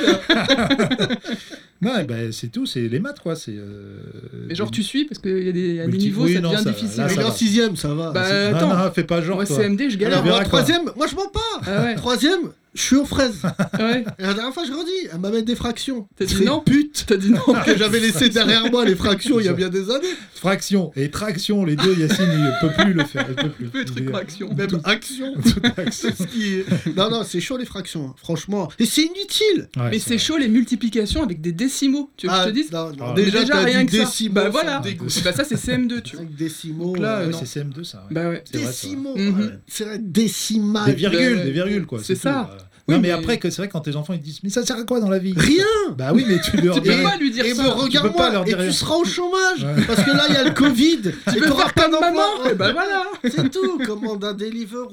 là Non, eh ben, c'est tout, c'est les maths quoi. C'est. euh, Mais genre, des- tu suis parce qu'il y a des, y a des Multi- niveaux, oui, ça non, devient ça- difficile. là, Il ça est en va. sixième, ça va. Bah Non, attends, non, fais pas genre. moi toi. C M D, je galère. Alors verra, moi, quoi. troisième, moi je mens pas. Ah ouais, Troisième, je suis aux fraises. ouais. Et la dernière fois, je redis, elle m'a mis des fractions. T'as dit C'est non pute T'as dit non. que j'avais laissé derrière moi les fractions il y a bien des années. Fraction et traction, les deux, Yacine, il peut plus le faire. Il peut plus. Peut être Il est- fraction. Même action. Toute action. C'est ce qui est- Non, non, c'est chaud les fractions, hein, franchement. Et c'est inutile. Ouais, Mais c'est vrai. chaud les multiplications avec des décimaux. Tu veux que je te dise non, non, Ah, déjà, t'as rien dit que ça. décimaux. Bah ça voilà. me dégoûte. Bah ça c'est C M deux, tu vois. Cinq décimaux. Donc là, euh, euh, Ouais, non. c'est C M deux ça. ouais. Bah ouais. C'est vrai, ça. décimaux. Mhm. euh, C'est vrai, décimal. Des virgules, Bah, des virgules quoi. c'est tout, ça. voilà. Oui, non mais, mais- après que c'est vrai quand tes enfants ils te disent mais ça sert à quoi dans la vie Rien. Bah oui mais tu leur Tu dis peux Et- pas lui dire et ça. me Tu peux pas regarde-moi, leur et dire tu rien. seras au chômage. Ouais. Parce que là, il y a le Covid. Tu et peux t'auras faire pas comme d'emploi. maman. Et bah voilà. C'est tout, commande un Deliveroo.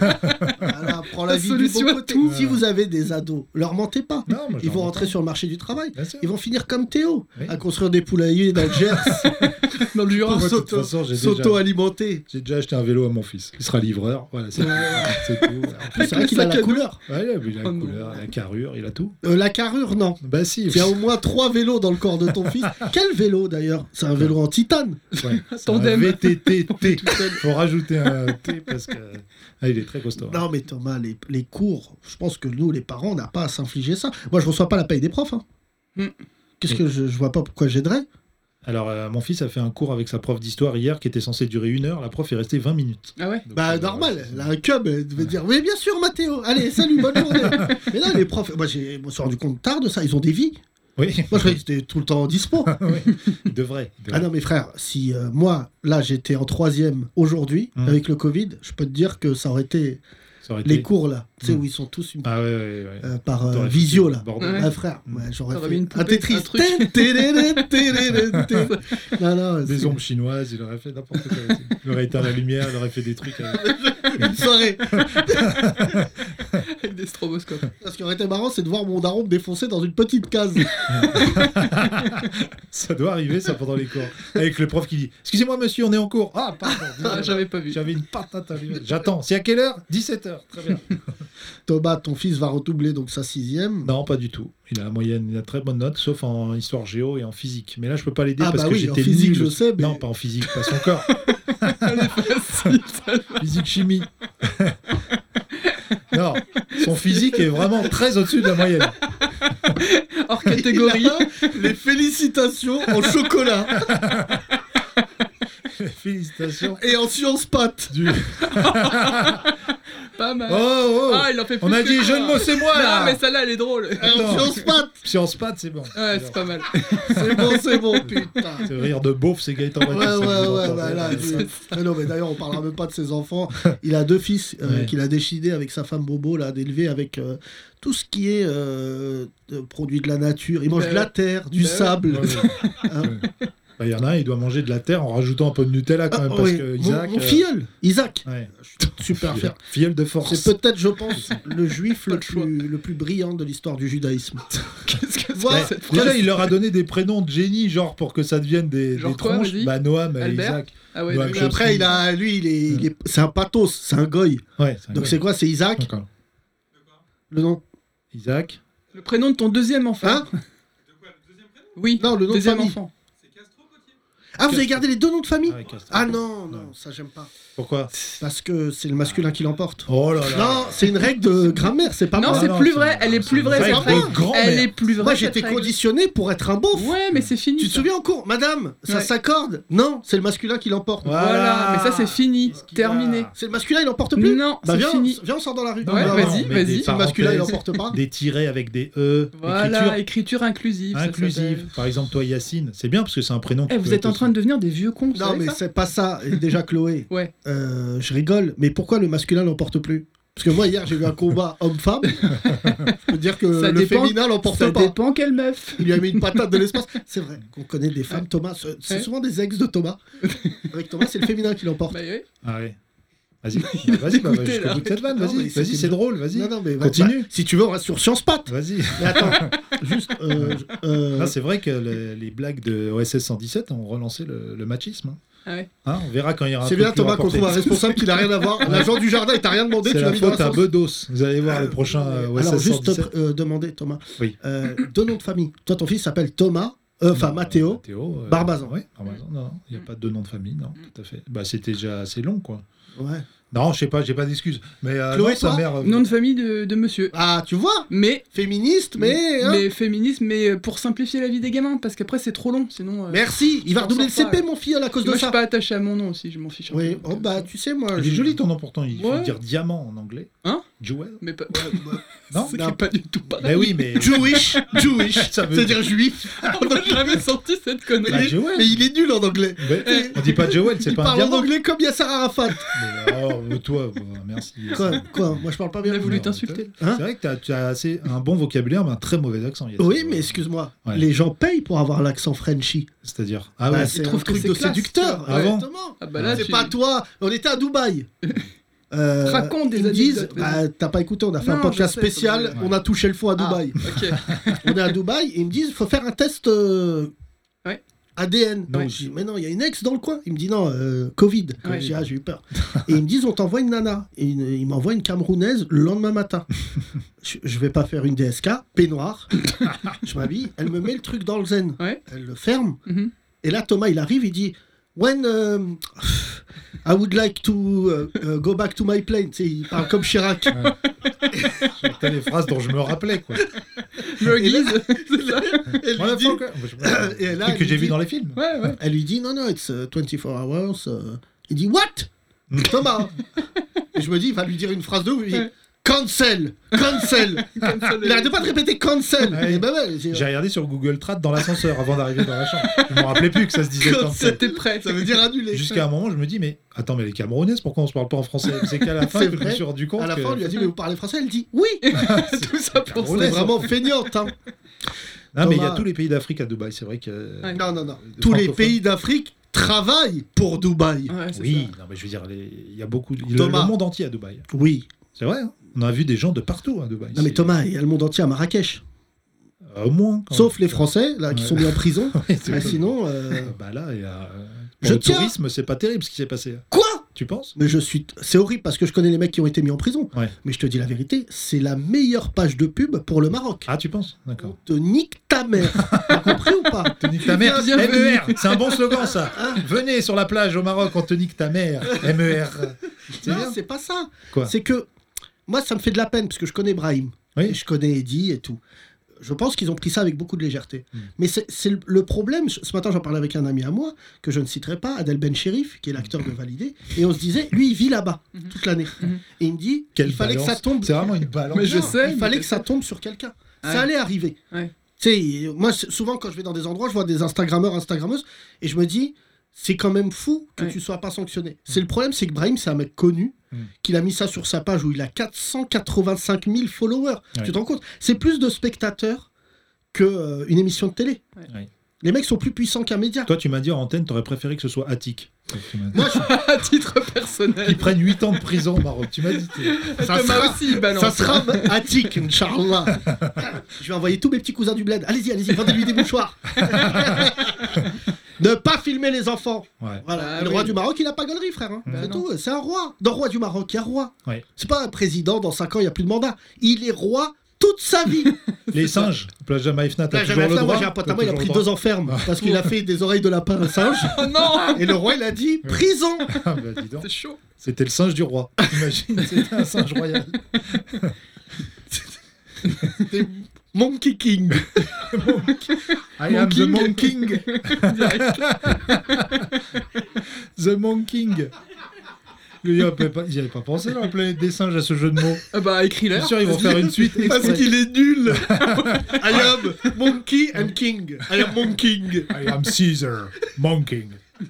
Voilà, prends la, La vie solution du à bon côté. tout. Si vous avez des ados, leur mentez pas. Non, moi, je Ils leur vont mens rentrer pas. sur le marché du travail. Bien sûr. Ils vont finir comme Théo, Oui. à construire des poulaillers dans le Gers, Dans le Jura. pour Moi, de toute s'auto- façon, j'ai déjà- s'auto-alimenter. J'ai déjà acheté un vélo à mon fils. Il sera livreur. Voilà, c'est c'est tout. C'est vrai qu'il a sac la à dos. couleur. Ouais, il a la Oh non. couleur, la carrure, il a tout. Euh, la carrure, non. Bah si. Il y a au moins trois vélos dans le corps de ton fils. Quel vélo d'ailleurs? C'est un vélo en titane. Ouais. C'est Tandem. un V T T T. Faut rajouter un T parce que ah, il est très costaud. Non mais Thomas, les, les cours, je pense que nous les parents, on n'a pas à s'infliger ça. Moi je reçois pas la paye des profs. Hein. Hmm. Qu'est-ce que je, je vois pas pourquoi j'aiderais. Alors euh, mon fils a fait un cours avec sa prof d'histoire hier qui était censé durer une heure. La prof est restée vingt minutes. Ah ouais. Donc, Bah euh, normal, c'est- elle a un cub, elle devait dire oui bien sûr Mathéo, allez salut, bonne journée. Mais non les profs, moi j'ai, je me suis rendu compte tard de ça, ils ont des vies. Oui. Moi je croyais que c'était tout le temps dispo. Oui. Il devrait. il devrait. Ah non mais frère, si euh, moi là j'étais en troisième aujourd'hui Hmm. avec le Covid, je peux te dire que ça aurait été Ça aurait été- les cours là, tu sais Hmm. où ils sont tous une- Ah ouais, ouais, ouais. euh, par euh, T'aurais visio foutu là. le bordel. Ouais. Ah frère, Hmm. ouais, j'aurais T'aurais fait mis une un poupée, Tetris. un truc. Non non, Des c'est ombres chinoises, il aurait fait n'importe quoi. Il aurait éteint la lumière, il aurait fait des trucs. avec- une soirée. Avec des stroboscopes. Ce qui aurait été marrant, c'est de voir mon daron me défoncer dans une petite case. Ça doit arriver, ça, pendant les cours. Avec le prof qui dit excusez-moi, monsieur, on est en cours. Ah, pardon. Ah, j'avais pas vu. J'avais une patate à lui. J'attends. C'est à quelle heure dix-sept heures. Très bien. Thomas, ton fils va redoubler donc sa sixième. Non, pas du tout. Il a la moyenne, il a très bonne note, sauf en histoire géo et en physique. Mais là, je peux pas l'aider Ah parce bah que oui, en j'étais physique, nul. je sais, mais- Non, pas en physique, pas son corps. Elle est facile, celle-là. Physique chimie. Non, son physique est vraiment très au-dessus de la moyenne. Hors catégorie. Il a les félicitations en chocolat Félicitations. et en sciences pâtes. Du... Pas mal. Oh, oh. Ah, il en fait plus On a que dit toi. jeu de mots, c'est moi là. Non, mais celle-là, elle est drôle. En Attends. sciences pâtes. Science pâte, c'est bon. Ouais, c'est pas mal. C'est bon, c'est bon, putain. Ce rire de beauf, c'est Gaëtan Ouais, Baptiste, ouais, ça, vous ouais, entendez. bah là, c'est je- mais non, mais d'ailleurs, on parlera même pas de ses enfants. Il a deux fils euh, Ouais. qu'il a décidé avec sa femme Bobo là d'élever avec euh, tout ce qui est euh, de produits de la nature. Il mange Bah de la ouais. terre, du Bah ouais. sable. Ouais, ouais. Hein. Ouais. Bah, il y en a un, il doit manger de la terre en rajoutant un peu de Nutella quand même, Ah, parce oui. que Mon- Isaac. mon, euh, filleul, Isaac, ouais. super Filleul- fier. Filleul de force. C'est peut-être, je pense, le juif Pas le le choix. plus, le plus brillant de l'histoire du judaïsme. Qu'est-ce que Voilà. c'est que cette Déjà, phrase il leur a donné des prénoms de génie, genre pour que ça devienne des, Genre des quoi, tronches. vas-y Bah, Noam et Albert Isaac. Ah ouais, Ouais, d'accord. Mais après, il a, lui, il est, il est- c'est un pathos, c'est un goy. Ouais, c'est un Donc gars. c'est quoi, c'est Isaac, D'accord. le nom? Isaac. Le prénom de ton deuxième enfant. Hein? Oui, Non, le nom de deuxième famille. enfant. Ah, vous avez gardé les deux noms de famille? Ah, ouais, Castaldi. Ah non, non, Ouais. ça j'aime pas. Pourquoi? Parce que c'est le masculin qui l'emporte. Oh là là. Non, c'est une règle de grammaire, c'est pas Non, moi. c'est non, plus c'est- vrai, elle est c'est plus une vraie, règle cette de règle. grand-mère. Elle est plus vraie. Moi, cette j'étais règle. conditionné pour être un beauf. Ouais, mais c'est fini. Tu te ça. souviens en cours? Madame, ça Ouais. s'accorde? Non, c'est le masculin qui l'emporte. Voilà, mais ça c'est fini, Qu'est-ce qu'il a terminé. C'est le masculin, il l'emporte plus? Non, Bah c'est viens, fini. viens, on sort dans la rue. Ouais, Non, vas-y, non, mais vas-y. des Si le masculin, il parenthèses, l'emporte pas. Des tirets avec des E. Voilà, écriture écriture inclusive. ça inclusive. s'appelle. Par exemple, toi, Yacine, c'est bien parce que c'est un prénom. Eh, vous êtes en train de devenir des vieux cons, vous Non, savez mais ça c'est pas ça. Et déjà, Chloé, Ouais. euh, je rigole, mais pourquoi le masculin l'emporte plus? Parce que moi, hier, j'ai vu un combat homme-femme. Je peux dire que Ça le dépend- féminin l'emporte Ça pas. dépend quelle meuf. Il lui a mis une patate de l'espace. C'est vrai qu'on connaît des femmes, Thomas. C'est c'est Ouais. souvent des ex de Thomas. Avec Thomas, c'est le féminin qui l'emporte. Bah oui. Ah ouais. Vas-y, vas-y, bah, dégoûté, va jusqu'au là. bout de cette vanne, Non, vas-y, mais vas-y, c'était c'est bien. drôle, vas-y. Non, non, mais bah, Continue. bah, si tu veux, on reste sur Sciences Pat. Vas-y. Mais attends, juste. euh, euh, Ah, c'est vrai que le- les blagues de O S S cent dix-sept ont relancé le, le machisme. hein. Ah ouais. Hein, on verra quand il y aura un c'est truc bien, qui aura Thomas, qu'on porté. trouve un responsable qui n'a rien à voir. L'agent du jardin, il t'a rien demandé, C'est tu l'as la mis dans faute à l'ascenseur. Bedos. Vous allez voir le prochain euh, O S S Alors, cent juste dix-sept. euh, demander, Thomas. Oui. Euh, deux noms de famille. Toi, ton fils s'appelle Thomas, euh, enfin Non, Mathéo. Mathéo, euh, Barbazan. Oui, Barbazan. Non, non, il n'y a pas de nom de famille, non, tout à fait. Bah, c'était déjà assez long, quoi. Ouais. Non, je sais pas, j'ai pas d'excuses. Mais euh, Chloé, non, sa toi mère. euh, Nom de famille de, de monsieur. Ah, tu vois, Mais. féministe, mais. hein. Mais féministe, mais pour simplifier la vie des gamins, parce qu'après c'est trop long, sinon. euh, Merci, il va on redoubler le sort C pas, P, mon fils, à cause Moi de je suis ça. pas attaché à mon nom aussi, je m'en fiche un Oui, peu. oh, donc, bah, euh, tu sais, moi. Il je- est joli ton nom pourtant, il faut Ouais. dire diamant en anglais. Hein Jewel. Mais pas. Non C'est Non. pas du tout pareil. Mais oui, mais. Jewish, Jewish, Ça veut c'est-à-dire juif. On n'a jamais sorti cette Bah, connerie. Jewel. Mais il est nul en anglais. Ouais, on dit pas Jewel, c'est Il pas un parle en diamant. anglais comme Yasser Arafat. Mais alors, euh, toi, bah, merci. Quoi, quoi Moi, je parle pas bien. Il a voulu Non, t'insulter. Hein C'est vrai que t'as- tu as assez un bon vocabulaire, mais un très mauvais accent. Yassine. Oui, mais excuse-moi, Ouais. les gens payent pour avoir l'accent Frenchy. C'est-à-dire. Ah Bah, ouais. c'est un trouves que truc c'est de classe, séducteur. Ah bon Exactement. Ah bah là, C'est tu- pas toi. On était à Dubaï. Euh, Raconte des ils me disent, anecdotes, bah, t'as pas écouté, on a fait Non, un podcast je sais, spécial, ça on a touché le fond à Ah. Dubaï. Ok. On est à Dubaï et ils me disent, il faut faire un test euh, Ouais. A D N. Ouais. Je dis, mais non, il y a une ex dans le coin. Il me dit, non, euh, Covid. Ouais. Je dis, ah, j'ai eu peur. Et ils me disent, on t'envoie une nana. Et ils ils m'envoient une Camerounaise le lendemain matin. je, je vais pas faire une D S K, peignoir. Je m'habille, elle me met le truc dans le zen. Ouais. Elle le ferme. Mhm. Et là, Thomas, il arrive, il dit, when um, I would like to uh, uh, go back to my plane. Tu sais, il parle comme Chirac. C'était les phrases dont je me rappelais, quoi. Me Et là- guise, c'est ça. Elle lui Voilà, dit, faut que- Et là, truc que elle j'ai dit- vu dans les films. Ouais, ouais. elle lui dit, non, non, it's uh, twenty-four hours. uh. Il dit, what Thomas. Et je me dis, il va lui dire une phrase de ouf. Il dit, Ouais. cancel, cancel. Il arrête pas de répéter cancel. Ouais. Et ben ouais, j'ai- J'ai regardé sur Google Trad dans l'ascenseur avant d'arriver dans la chambre. Je me rappelais plus que ça se disait Comme comme ça. T'es prêt. ça veut dire annuler. Jusqu'à un moment, je me dis, mais attends, mais les Camerounaises, pourquoi on se parle pas en français? C'est qu'à la fin C'est que je me vrai. suis rendu compte. À la que... fin, on lui a dit, mais vous parlez français? Elle dit, oui. Tout ça pour On est ça. vraiment feignante. Hein. Non, mais il y a Thomas. tous les pays d'Afrique à Dubaï, c'est vrai que. Ouais. Non, non, non. De Tous les francophones. pays d'Afrique travaillent pour Dubaï. Ouais, c'est Oui, ça. non, mais je veux dire, les- il y a beaucoup. Le, Thomas. le monde entier à Dubaï. Oui. C'est vrai, hein. On a vu des gens de partout à Dubaï. Non, mais C'est- Thomas, il y a le monde entier à Marrakech. Euh, au moins. quand Sauf même. les Français, là, qui Ouais. sont mis en prison. Oui, c'est Mais vrai. sinon. euh, Euh, Bah là, il y a. euh, pour Je le tiens- tourisme, c'est pas terrible ce qui s'est passé. Quoi? Tu penses? Mais je suis. C'est horrible parce que je connais les mecs qui ont été mis en prison. Ouais. Mais je te dis la vérité, c'est la meilleure page de pub pour le Maroc. Ah, tu penses? D'accord. On te nique ta mère. T'as compris ou pas? Te nique ta mère. Bien M vu. E R, c'est un bon slogan ça. Venez sur la plage au Maroc, on te nique ta mère. M E R. C'est Non, bien. c'est pas ça. Quoi? C'est que moi, ça me fait de la peine parce que je connais Brahim. Oui. Et je connais Eddie et tout. Je pense qu'ils ont pris ça avec beaucoup de légèreté. Mm. Mais c'est c'est le, le problème. Ce matin, j'en parlais avec un ami à moi, que je ne citerai pas, Adel Ben Sherif, qui est l'acteur de Validé. Et on se disait, lui, il vit là-bas Mhm. toute l'année. Mhm. Et il me dit, Quelle il fallait balance. que ça tombe. C'est vraiment une balance. Mais je Non, sais, Il mais fallait je que ça sais. tombe sur quelqu'un. Ouais. Ça allait arriver. Ouais. Tu sais, moi, c'est- souvent, quand je vais dans des endroits, je vois des Instagrammeurs, Instagrammeuses, et je me dis, c'est quand même fou que Ouais. tu sois pas sanctionné. C'est le problème, c'est que Brahim, c'est un mec connu, Mm. qu'il a mis ça sur sa page où il a quatre cent quatre-vingt-cinq mille followers. Ouais. Tu te rends compte? C'est plus de spectateurs qu'une euh, une émission de télé. Ouais. Les mecs sont plus puissants qu'un média. Toi, tu m'as dit en antenne, t'aurais préféré que ce soit Attic. Tu m'as dit. Moi, je- À titre personnel. Ils prennent huit ans de prison au Maroc. Tu m'as dit. t'es- ça Thomas sera, aussi, il balance. ça sera Attic, Inch'Allah. Je vais envoyer tous mes petits cousins du bled. Allez-y, allez-y, vendez-lui des mouchoirs. Ne pas filmer les enfants. Ouais. Voilà. Ah Et le oui. roi du Maroc, il a pas gaulerie, frère. hein. Bah C'est non. tout. C'est un roi. Dans le roi du Maroc, il y a roi. Ouais. C'est pas un président, dans cinq ans, il n'y a plus de mandat. Il est roi toute sa vie. Les singes, Plaja Maïfna, t'as Là, toujours j'avais le fait, droit. moi j'ai un pote T'as à moi, il a toujours pris le droit. deux ans ferme parce qu'il a fait des oreilles de lapin à un singe. Oh non. Et le roi il a dit prison. Ah, bah, dis donc. C'est chaud. C'était le singe du roi. Imagine, c'était un singe royal. C'était Monkey King. I am the Monking. Direct. The Monking. Il n'y avait pas, il y avait pas pensé dans la planète des singes à ce jeu de mots. Ah bah, Je écris-le. suis sûr, ils vont faire une suite Parce exprès. qu'il est nul. I am Monkey and King. I am Monking. I am Caesar. Monking.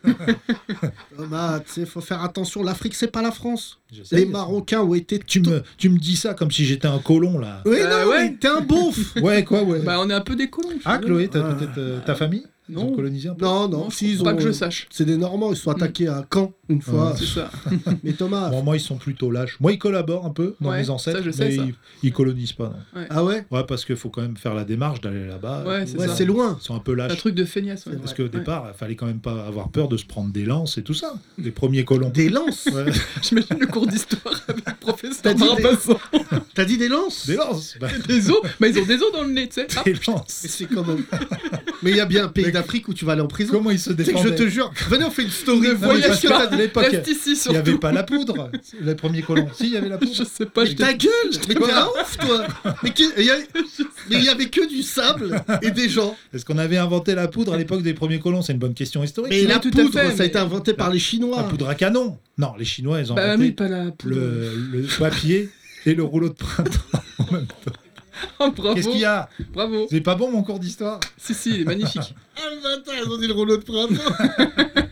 Oh, bah, tu sais, faut faire attention. L'Afrique, c'est pas la France. Je sais, Les je sais. Marocains ont été. Tu me, tu me dis ça comme si j'étais un colon, là. Oui, Bah, non, ouais. mais t'es un beauf. Ouais, quoi, ouais. Bah, on est un peu des colons. Ah, Chloé, t'as Ah. peut-être euh, ta famille Ils Non. ont colonisé un peu. Non, non, Non, si, ils pas ont- que je sache. C'est des Normands, ils se sont attaqués à Caen une fois. C'est ça. Mais Thomas. Bon, moi, ils sont plutôt lâches. Moi, ils collaborent un peu dans Ouais, mes ancêtres, ça, je sais, mais ça. ils, ils colonisent pas, non. Ah ouais. Ouais, parce qu'il faut quand même faire la démarche d'aller là-bas. Ouais, c'est Ouais, ça. c'est loin. Ils sont un peu Un lâches. truc de feignasse. Ouais. Parce qu'au départ, il fallait quand même pas avoir peur de se prendre des lances et tout ça. Les premiers colons. Des lances. Ouais. J'imagine le cours d'histoire avec le professeur T'as dit des- Barbazan. T'as dit des lances. Des lances bah, Des os. Bah, ils ont des os dans le nez, tu sais. Ah, Des Mais lances. c'est quand même. Mais il y a bien un pays d'Afrique où tu vas aller en prison. Comment ils se Tu sais que défendaient je te jure. Venez, on fait une story. Ne Non, mais voyage parce que pas. à l'époque, Reste ici il n'y surtout. avait pas la poudre. Les premiers colons. Si, il y avait la poudre. Je sais pas, je Ta t'ai- gueule. Mais t'es un ouf, toi. Mais qui- il y a- mais il y avait que du sable et des gens. Est-ce qu'on avait inventé la poudre à l'époque des premiers colons? C'est une bonne question historique. Mais Oui, la tout à poudre, fait, ça a mais- été inventé par les La Chinois. poudre à canon. Non, les Chinois, ils ont Bah inventé oui, pas la poudre. le, le papier et le rouleau de printemps en même temps. Oh, bravo. Qu'est-ce qu'il y a? Bravo. C'est pas bon mon cours d'histoire? Si, si, il est magnifique. Ah le bâtard, ils ont dit le rouleau de printemps.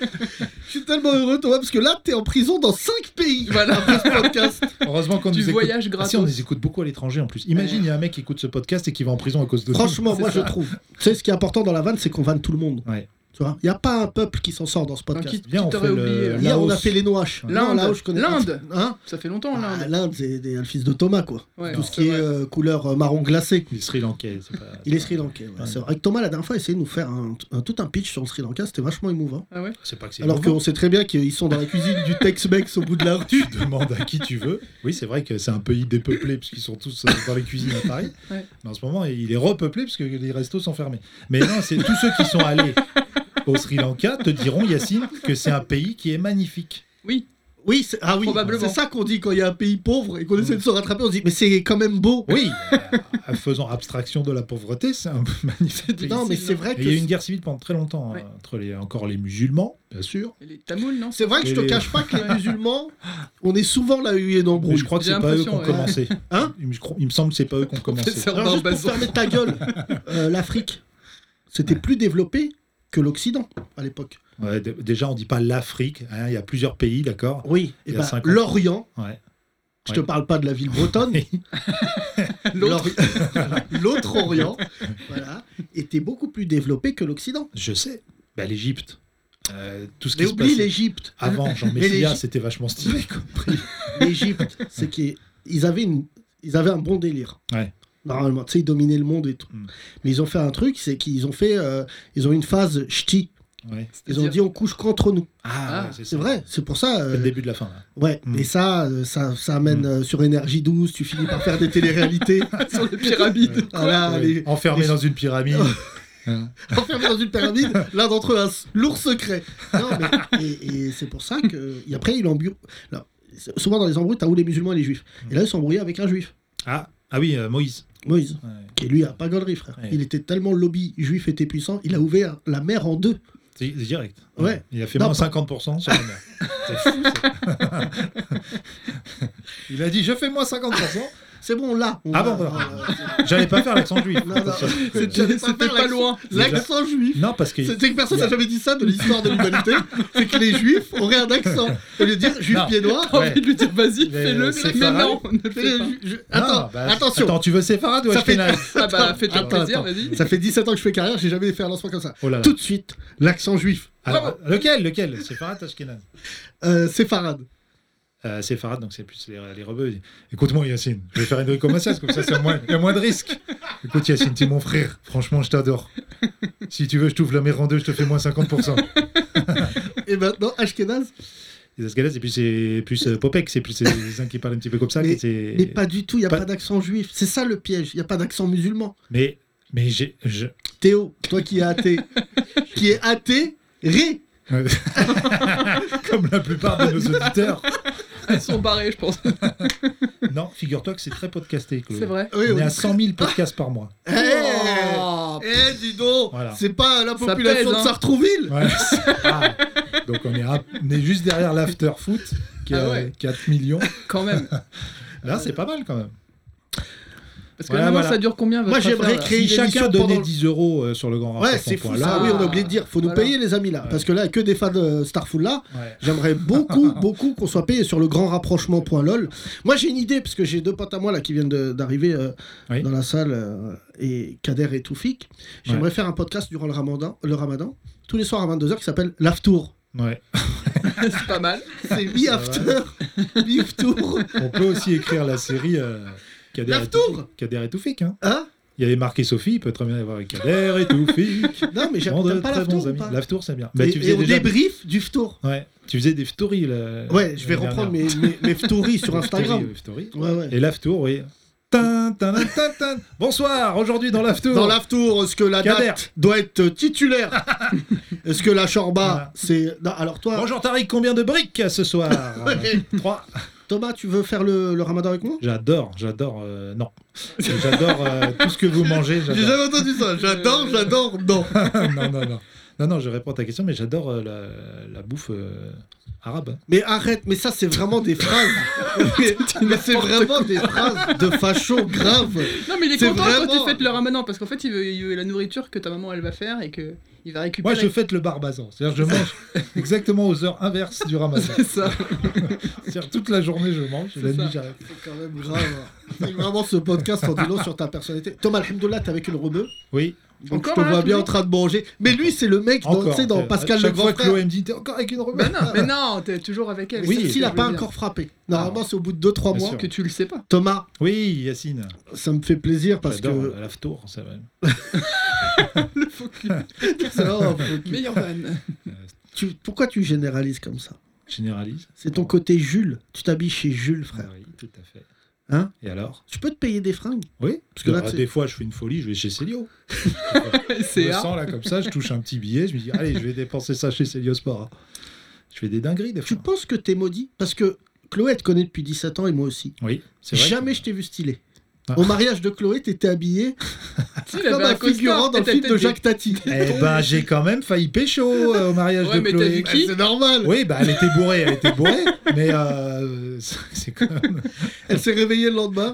Je suis tellement heureux, Thomas, parce que là, t'es en prison dans cinq pays. Voilà. Après ce podcast. Heureusement qu'on Du nous écoute. voyage Ah gratos. si, on les écoute beaucoup à l'étranger en plus. Imagine, il y a un mec qui écoute ce podcast et qui va en prison à cause de nous. Franchement, C'est moi, ça. je trouve. Tu sais, ce qui est important dans la vanne, c'est qu'on vanne tout le monde. Ouais. Tu vois, il n'y a pas un peuple qui s'en sort dans ce Un podcast. qui, Viens, qui on t'aurait fait le- oublié. euh, Hier, on a Laos. fait les Noaches. L'Inde. Non, Laos, je connais pas. L'Inde. Hein Ça fait longtemps, Ah, l'Inde. L'Inde, c'est des- le fils de Thomas, quoi. Ouais, Tout c'est ce qui est vrai. euh, couleur euh, marron glacé. Il est Sri Lankais. c'est Pas... Il est Sri Lankais. ouais. Ouais. C'est vrai que Thomas, la dernière fois, a essayé de nous faire un, un- tout un pitch sur le Sri Lanka. C'était vachement émouvant. Ah ouais. C'est pas que c'est Alors nouveau. qu'on sait très bien qu'ils sont dans la cuisine du Tex-Mex au bout de la rue. Tu demandes à qui tu veux. Oui, c'est vrai que c'est un pays dépeuplé puisqu'ils sont tous euh, dans les cuisines à Paris. Ouais. Mais en ce moment, il est repeuplé puisque les restos sont fermés. Mais non, c'est tous ceux qui sont allés au Sri Lanka te diront, Yacine, que c'est un pays qui est magnifique. Oui. Oui, c'est ah oui, Probablement. c'est ça qu'on dit quand il y a un pays pauvre et qu'on essaie de se rattraper. On se dit, mais c'est quand même beau. Oui, euh, faisant abstraction de la pauvreté, c'est un peu magnifique. pays. Non, mais c'est vrai Et que il y a eu une guerre civile pendant très longtemps Ouais. euh, entre les, encore les musulmans, bien sûr. Et les Tamouls, non c'est vrai que je te Et les- cache pas que les musulmans, on est souvent là où il y a une Mais embrouille. je crois que J'ai c'est pas eux qui l'impression, ont ouais. commencé. Hein il, me, je crois- il me semble que c'est pas eux qui ont commencé. Professeur Alors juste pour Barbazan. fermer ta gueule, euh, l'Afrique, c'était plus développé que l'Occident à l'époque. Ouais, d- déjà, on dit pas l'Afrique. hein, Il y a plusieurs pays, d'accord. Oui, et Il y a ben, cinquante. l'Orient, Ouais. je te Ouais. parle pas de la ville bretonne, L'autre. l'Ori- l'autre Orient, voilà, était beaucoup plus développé que l'Occident. Je sais. Bah, L'Égypte. Euh, tout ce Mais qui se oublie passait l'Égypte. avant Jean Mais Messia, l'Égypte- c'était vachement stylé. quoi. L'Égypte, c'est qu'ils avaient, une... ils avaient un bon délire. Ouais. Normalement, tu sais, ils dominaient le monde et tout. Mm. Mais ils ont fait un truc, c'est qu'ils ont fait, euh, ils ont une phase ch'ti. Ouais. Ils ont dit on couche qu'entre nous. Ah, Ah, ouais, c'est C'est ça. vrai, c'est pour ça. C'est euh, le début de la fin. là. Ouais, Mm. et ça, euh, ça, ça amène Mm. euh, sur énergie douce. Tu finis par faire des téléréalités. Sur les pyramides. Voilà, Ouais. les- Enfermé les- dans une pyramide. Hein. enfermés dans une pyramide. L'un d'entre eux a un s- lourd secret. Non, mais, et, et c'est pour ça que. Et après, il embrouille. Alors, c'est- souvent dans les embrouilles, t'as où les musulmans et les juifs. Et là, ils sont embrouillés avec un juif, Ah, ah oui, euh, Moïse. Moïse, Ouais. qui lui a pas gaulerie, frère. Ouais. Il était tellement le lobby juif était puissant, il a ouvert la mer en deux. C'est c'est direct. Ouais. Il a fait Non, moins pas- cinquante pour cent sur la mer. C'est fou, ça. Il a dit je fais moins cinquante pour cent. C'est bon, là. on Ah va- bon, voilà. euh, J'allais pas faire l'accent juif. Non, non. C'était J'allais c'était faire pas l'accent- loin. L'accent juif. Non, parce que. C'est c'est que personne n'a jamais dit ça de l'histoire de l'humanité. C'est que les juifs auraient un accent. Au lieu de dire juif Non. pied noir, T'as Ouais. envie de lui dire vas-y, Mais, fais-le. euh, Mais séfarade. non, on ne le fais fait les pas. ju- je- Non, Attends, bah, attention. Attends, tu veux séfarade ou Ça fait- Ashkenaz Ah bah, fais-toi Attends, plaisir, attends. vas-y. Ça fait dix-sept ans que je fais carrière, j'ai jamais fait un lancement comme ça. Oh là là. Tout de suite, l'accent juif. Alors, lequel Lequel Séfarade, Ashkenaz Euh, séfarade. euh, Séfarade, donc c'est plus les, les rebeux. Écoute-moi, Yacine, je vais faire une comme ça, comme ça, c'est moins- il y a moins de risques. Écoute, Yacine, tu es mon frère. Franchement, je t'adore. Si tu veux, je t'ouvre la mer en deux, je te fais moins cinquante pour cent. Et maintenant, Ashkenaz. Les Asgalas, c'est plus, c'est plus euh, Popek, c'est plus les uns qui parlent un petit peu comme ça. Mais- que c'est... Mais pas du tout, il n'y a Pas- pas, d'accent juif. C'est ça le piège, il n'y a pas d'accent musulman. Mais, mais j'ai... Je... Théo, toi qui es athée, qui est athée, ré. Comme la plupart de nos auditeurs. Ils sont barrés, je pense. Non, figure-toi que c'est très podcasté, Chloé. C'est vrai. Oui, On on est à dit- cent mille podcasts par mois. Eh, Oh, eh, dis donc, Voilà. c'est pas la Ça population pèse, de hein. Sartrouville. Ouais, c'est- ah, donc on est, rap- on est juste derrière l'after foot qui a Ah ouais. quatre millions. quand même. Là, c'est pas mal quand même. Parce que Voilà, maintenant, voilà. ça dure combien votre Moi, j'aimerais affaire, là créer Si une chacun émission donnait pendant le- dix euros euh, sur le grand Ouais, rapprochement c'est fou point ça. là, Oui, on a oublié de dire. Faut nous Voilà. payer, les amis, là. Ouais. Parce que là, que des fans de Starful là. ouais. J'aimerais beaucoup, beaucoup qu'on soit payé sur le grand rapprochement point lol. Moi, j'ai une idée, parce que j'ai deux potes à moi là qui viennent de- d'arriver euh, Oui. dans la salle, euh, et Kader et Toufik. J'aimerais faire un podcast durant le ramadan, le ramadan, tous les soirs à vingt-deux heures, qui s'appelle l'Aftour. Ouais. C'est pas mal. C'est mi-after, mi-tour. On peut aussi écrire la série euh, Kader, et L'Aftour. Toufik. Kader et Toufik. Hein. Hein? Il y avait marqué Sophie, il peut très bien y avoir Kader et Toufik. Non, mais j'aime Bon, de t'aimes pas très bons l'Aftour ou amis. pas? L'Aftour, c'est bien. Bah, Et, tu et faisais on déjà... débrief du Ftour. Ouais. Tu faisais des stories. Là, Ouais, je vais l'année reprendre dernière. mes, mes, mes stories sur Des Instagram. stories, des stories. Ouais, ouais. Et l'Aftour, oui. Tin, tin, tin, tin, tin. Bonsoir, aujourd'hui dans l'Aftour. Dans l'Aftour, est-ce que la Kader. date doit être titulaire? Est-ce que la Chorba, Voilà. c'est... Non, alors toi, Bonjour Tariq, combien de briques ce soir? Ouais. Trois. Thomas, tu veux faire le, le ramadan avec moi? J'adore, j'adore, euh, non. J'adore euh, tout ce que vous mangez. J'ai J'adore. jamais entendu ça. J'adore, j'adore, non. non, non, non. Non, non, je réponds à ta question, mais j'adore euh, la, la bouffe euh, arabe. Mais arrête, mais ça, c'est vraiment des phrases. mais mais c'est vraiment des phrases de facho grave. Non, mais il est C'est content vraiment- quand tu fêtes le ramadan parce qu'en fait, il veut, il veut la nourriture que ta maman elle va faire et que il va récupérer. Moi, je fête le barbazan. C'est-à-dire, je mange exactement aux heures inverses du ramadan. C'est ça. C'est-à-dire, toute la journée, je mange, et la C'est nuit, ça. j'arrête. C'est quand même grave. C'est vraiment ce podcast en dit long sur ta personnalité. Thomas, alhamdoulilah, t'es avec une rebeu. Oui, Donc Encore je te là, vois bien toujours en train de manger. Mais lui, c'est le mec, dans, tu encore. sais, dans Euh, Pascal le Chaque grand fois que frère. Chloé me dit, t'es encore avec une Mais rebelle. non, mais non, t'es toujours avec elle. Oui, c'est ce s'il que a je pas veux dire. encore frappé. Normalement, c'est au bout de deux trois Bien mois. sûr. Que tu le sais pas. Thomas, Oui, Yacine. ça me fait plaisir parce J'adore que. euh, l'Aftour, c'est vrai. Le faux cul. C'est vraiment faux. Meilleure vanne. Tu- Pourquoi tu généralises comme ça? Généralise. C'est ton côté Jules. Tu t'habilles chez Jules, frère. Oui, tout à fait. Hein? Et alors? Tu peux te payer des fringues. Oui, Parce que là, Alors, tu- des fois, je fais une folie, je vais chez Célio. Je C'est me A. sens là comme ça, je touche un petit billet, je me dis, allez, je vais dépenser ça chez Célio Sport. Je fais des dingueries des Tu fois. penses que t'es maudit? Parce que Chloé, elle te connaît depuis dix-sept ans et moi aussi. Oui, c'est vrai. Jamais que- je t'ai vu stylé. Ah. Au mariage de Chloé, t'étais habillé Si, il comme avait un un costard, figurant dans et le ta film tête de des- Jacques Tati. Eh ben, j'ai quand même failli pécho euh, au mariage Ouais, de mais t'as Chloé. vu qui C'est normal. Oui, bah elle était bourrée, elle était bourrée, mais euh, c'est c'est quand même... Elle s'est réveillée le lendemain.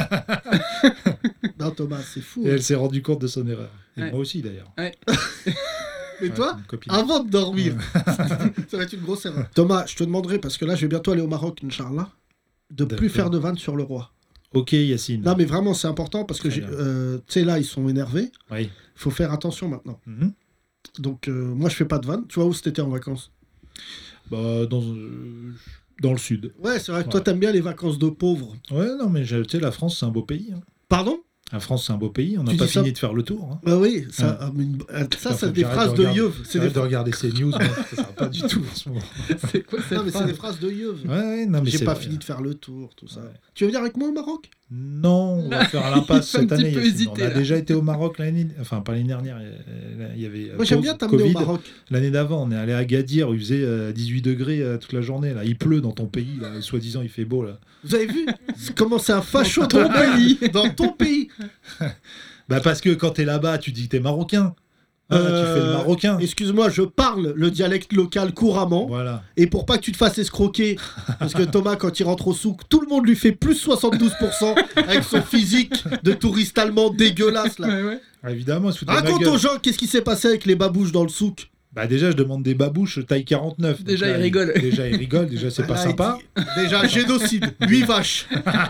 Non, Thomas, c'est fou. Et hein. elle s'est rendue compte de son erreur. Et Ouais. moi aussi, d'ailleurs. Mais Ouais, toi, une copine. avant de dormir, ça va être une grosse erreur. Thomas, je te demanderai, parce que là, je vais bientôt aller au Maroc, Inch'Allah, de D'accord. plus faire de vannes sur le roi. Ok, Yacine. Non, mais vraiment, c'est important parce que, Très j'ai- bien. euh, tu sais, là, ils sont énervés. Oui. Il faut faire attention maintenant. Mhm. Donc, euh, moi, je fais pas de vannes. Tu vois où c'était en vacances? Bah, dans, euh, dans le sud. Ouais, c'est vrai que Ouais. toi, t'aimes bien les vacances de pauvres. Ouais, non, mais je- tu sais, la France, c'est un beau pays. hein. Pardon? La France, c'est un beau pays. On n'a Tu pas dis ça fini de faire le tour. hein. Ah oui, ça, Ouais. ah, mais une- ah, ça, Putain, c'est faut des que j'arrête phrases de regarder- yeuve. C'est des... J'arrête de regarder ces news, moi, ça va pas du tout en ce moment. C'est quoi cette Non, mais c'est phrase des phrases de yeuve. Ouais, ouais, non, mais J'ai c'est pas vrai. fini de faire le tour, tout ça. Ouais. Tu veux venir avec moi au Maroc? Non, on va faire l'impasse Il fait un cette petit année. peu Yacine. hésiter, On a là. déjà été au Maroc l'année, enfin pas l'année dernière. euh, Il y avait euh, Moi, j'aime pause, bien t'amener au Covid. Maroc. L'année d'avant, on est allé à Gadir, où il faisait euh, dix-huit degrés euh, toute la journée. Là, il pleut dans ton pays. Là, soi-disant, il fait beau là. Vous avez vu comment c'est un facho dans ton pays? Dans ton pays. Bah parce que quand t'es là-bas, tu dis que t'es marocain. Ah, tu Euh, fais le marocain. Excuse-moi, je parle le dialecte local couramment. Voilà. Et pour pas que tu te fasses escroquer, parce que Thomas, quand il rentre au souk, tout le monde lui fait plus soixante-douze pour cent avec son physique de touriste allemand dégueulasse là. Ouais, ouais. Ah, évidemment, il se fout de ma Raconte gueule. aux gens qu'est-ce qui s'est passé avec les babouches dans le souk. Bah déjà, je demande des babouches taille quarante-neuf. Donc Déjà, là, il rigole. Déjà, il rigole. Déjà, c'est pas Là, sympa. il dit, déjà, génocide. Huit vaches.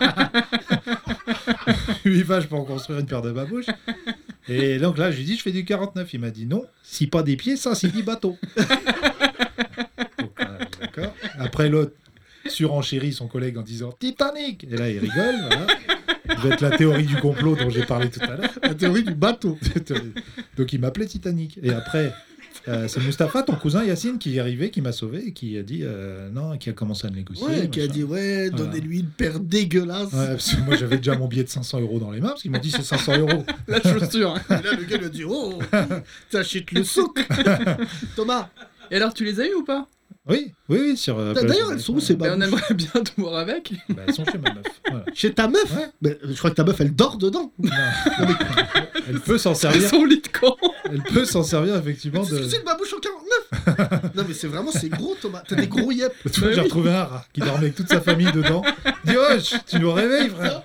huit vaches pour construire une paire de babouches. Et donc là, je lui dis, je fais du quarante-neuf. Il m'a dit non, si pas des pieds, ça, c'est des bateaux. Donc, euh, d'accord. Après, l'autre surenchérit son collègue en disant Titanic. Et là, il rigole. Voilà. Ça doit être la théorie du complot dont j'ai parlé tout à l'heure. La théorie du bateau. Donc, il m'appelait Titanic. Et après, Euh, c'est Mustapha, ton cousin Yacine, qui est arrivé, qui m'a sauvé et qui a dit euh, non, qui a commencé à le négocier. Ouais, qui a machin. dit ouais, Voilà. donnez-lui une paire dégueulasse. Ouais, parce que moi j'avais déjà mon billet de cinq cents euros dans les mains, parce qu'ils m'ont dit c'est cinq cents euros. La chaussure. Et là, le gars lui a dit oh, t'achètes le souk. Thomas, Et alors, tu les as eu ou pas? Oui, oui, oui, sur. euh, d'ailleurs, elles sont où ces Bah, on babouches? aimerait bien te voir avec. Bah, elles sont chez ma meuf. Voilà. Chez ta meuf? Ouais. Mais, je crois que ta meuf, elle dort dedans. Non. Elle peut s'en C'est servir. son lit de camp. Elle peut s'en servir effectivement C'est de. c'est une babouche en quarante-neuf. Non mais c'est vraiment, c'est gros Thomas. T'as des gros yep. L'autre fois, j'ai retrouvé un rat qui dormait avec toute sa famille dedans. Il dit oh, ch- tu nous réveilles, frère.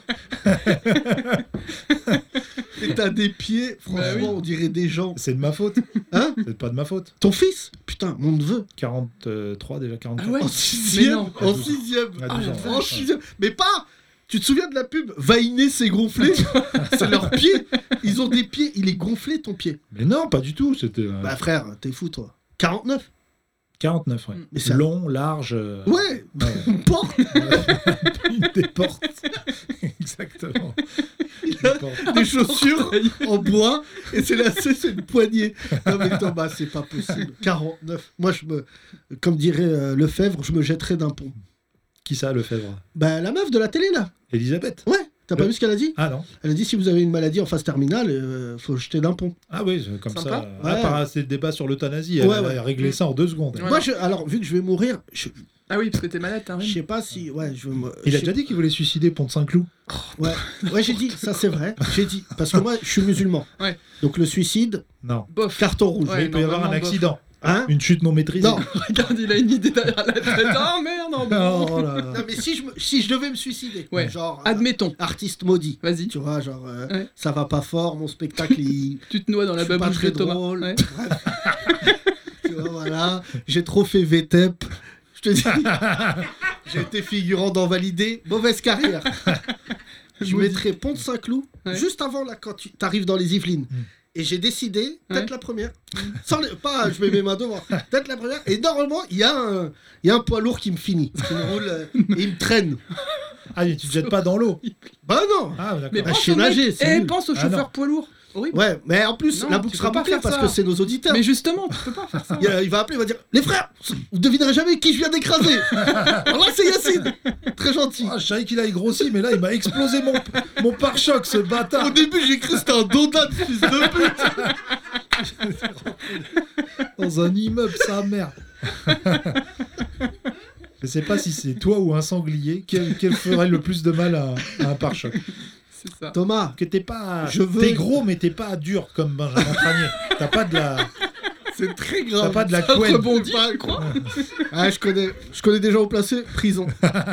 Et t'as des pieds, franchement, Bah oui. on dirait des gens. C'est de ma faute. Hein? C'est pas de ma faute. Ton fils? Putain, mon neveu. quarante-trois déjà, quarante-quatre. Ah ouais. En Mais sixième. non. En À douze ans. sixième. À Ah, douze ans, en ouais. sixième. Mais pas. Tu te souviens de la pub Vainé s'est gonflé? C'est leurs pieds. Ils ont des pieds. Il est gonflé ton pied. Mais non, pas du tout. C'était euh, Bah frère, t'es fou toi. quarante-neuf. quarante-neuf, ouais. Mais c'est Long, large. euh, Ouais. ouais. Une porte. Une des portes. Exactement. Il a Une porte. des chaussures en bois et c'est la c'est c'est une poignée. Non mais Thomas, c'est pas possible. quarante-neuf. Moi je me, comme dirait euh, Lefebvre, je me jetterais d'un pont. Qui ça, Lefebvre? Bah la meuf de la télé là. Elisabeth? Ouais. T'as pas Le- vu ce qu'elle a dit? Ah non. Elle a dit si vous avez une maladie en phase terminale, euh, faut jeter d'un pont. Ah oui, c'est comme Sympa. ça. Ah, Ouais. par- c'est le débat sur l'euthanasie. Elle, Ouais, elle ouais. a réglé ça en deux secondes. Ouais. Moi je, alors vu que je vais mourir, je, Ah oui, parce que t'es malade, t'as un je rhume. sais pas si, ouais, je vais me- Il je a sais- déjà dit qu'il voulait suicider Pont de Saint-Cloud. Ouais, ouais j'ai dit, ça c'est vrai. J'ai dit parce que moi je suis musulman. Ouais. Donc le suicide, Non. Bof. carton rouge. Ouais. Mais il peut y non, avoir un vraiment, bof. accident. Hein? Une chute non maîtrisée. Non. Regarde, il a une idée derrière la tête. Oh merde, non. bon. Oh là là. Non mais si je me- si je devais me suicider, Ouais. genre euh, Admettons. artiste maudit. Vas-y. Tu vois, genre, euh, Ouais. ça va pas fort, mon spectacle, il... Tu te noies dans je la suis pas babouche très de Thomas. drôle. Ouais. Bref. Tu vois, voilà. J'ai trop fait V T E P. Je te dis, j'ai été figurant dans Validé. Mauvaise carrière. Je Maudit. mettrais Pont de Saint-Cloud, Ouais. juste avant, là, quand tu arrives dans les Yvelines. Et j'ai décidé, peut-être Ouais. la première. Sans les... Pas, je mets mes mains devant. Peut-être la première. Et normalement, il y, a un... il y a un poids lourd qui me finit. Qui me roule euh, et il me traîne. Ah, et tu te jettes pas dans l'eau. Bah non. Ah, Mais d'accord. Bah, pense je sais au mec- nager, c'est Eh, nul. pense au Ah, chauffeur non. poids lourd. Horrible. Ouais, mais en plus, Non, la tu boucle peux sera pas bouclée faire parce ça. que c'est nos auditeurs. Mais justement, tu peux pas faire ça. Il, il va appeler, il va dire les frères, vous devinerez jamais qui je viens d'écraser. Alors là, c'est Yacine, très gentil. Ah, je savais qu'il avait grossi, mais là, il m'a explosé mon, mon pare-choc, ce bâtard. Au début, j'ai cru que c'était un dodin de fils de pute. Dans un immeuble, sa mère. Je sais pas si c'est toi ou un sanglier. Quel, quel ferait le plus de mal à, à un pare-choc? C'est ça. Thomas, Que t'es pas. Je veux- T'es gros, mais t'es pas dur comme Benjamin Tranier. T'as pas de la. c'est très T'as grave. pas de la Ça couenne. rebondit, tu crois? Ah, je connais, je connais des gens au placé, prison.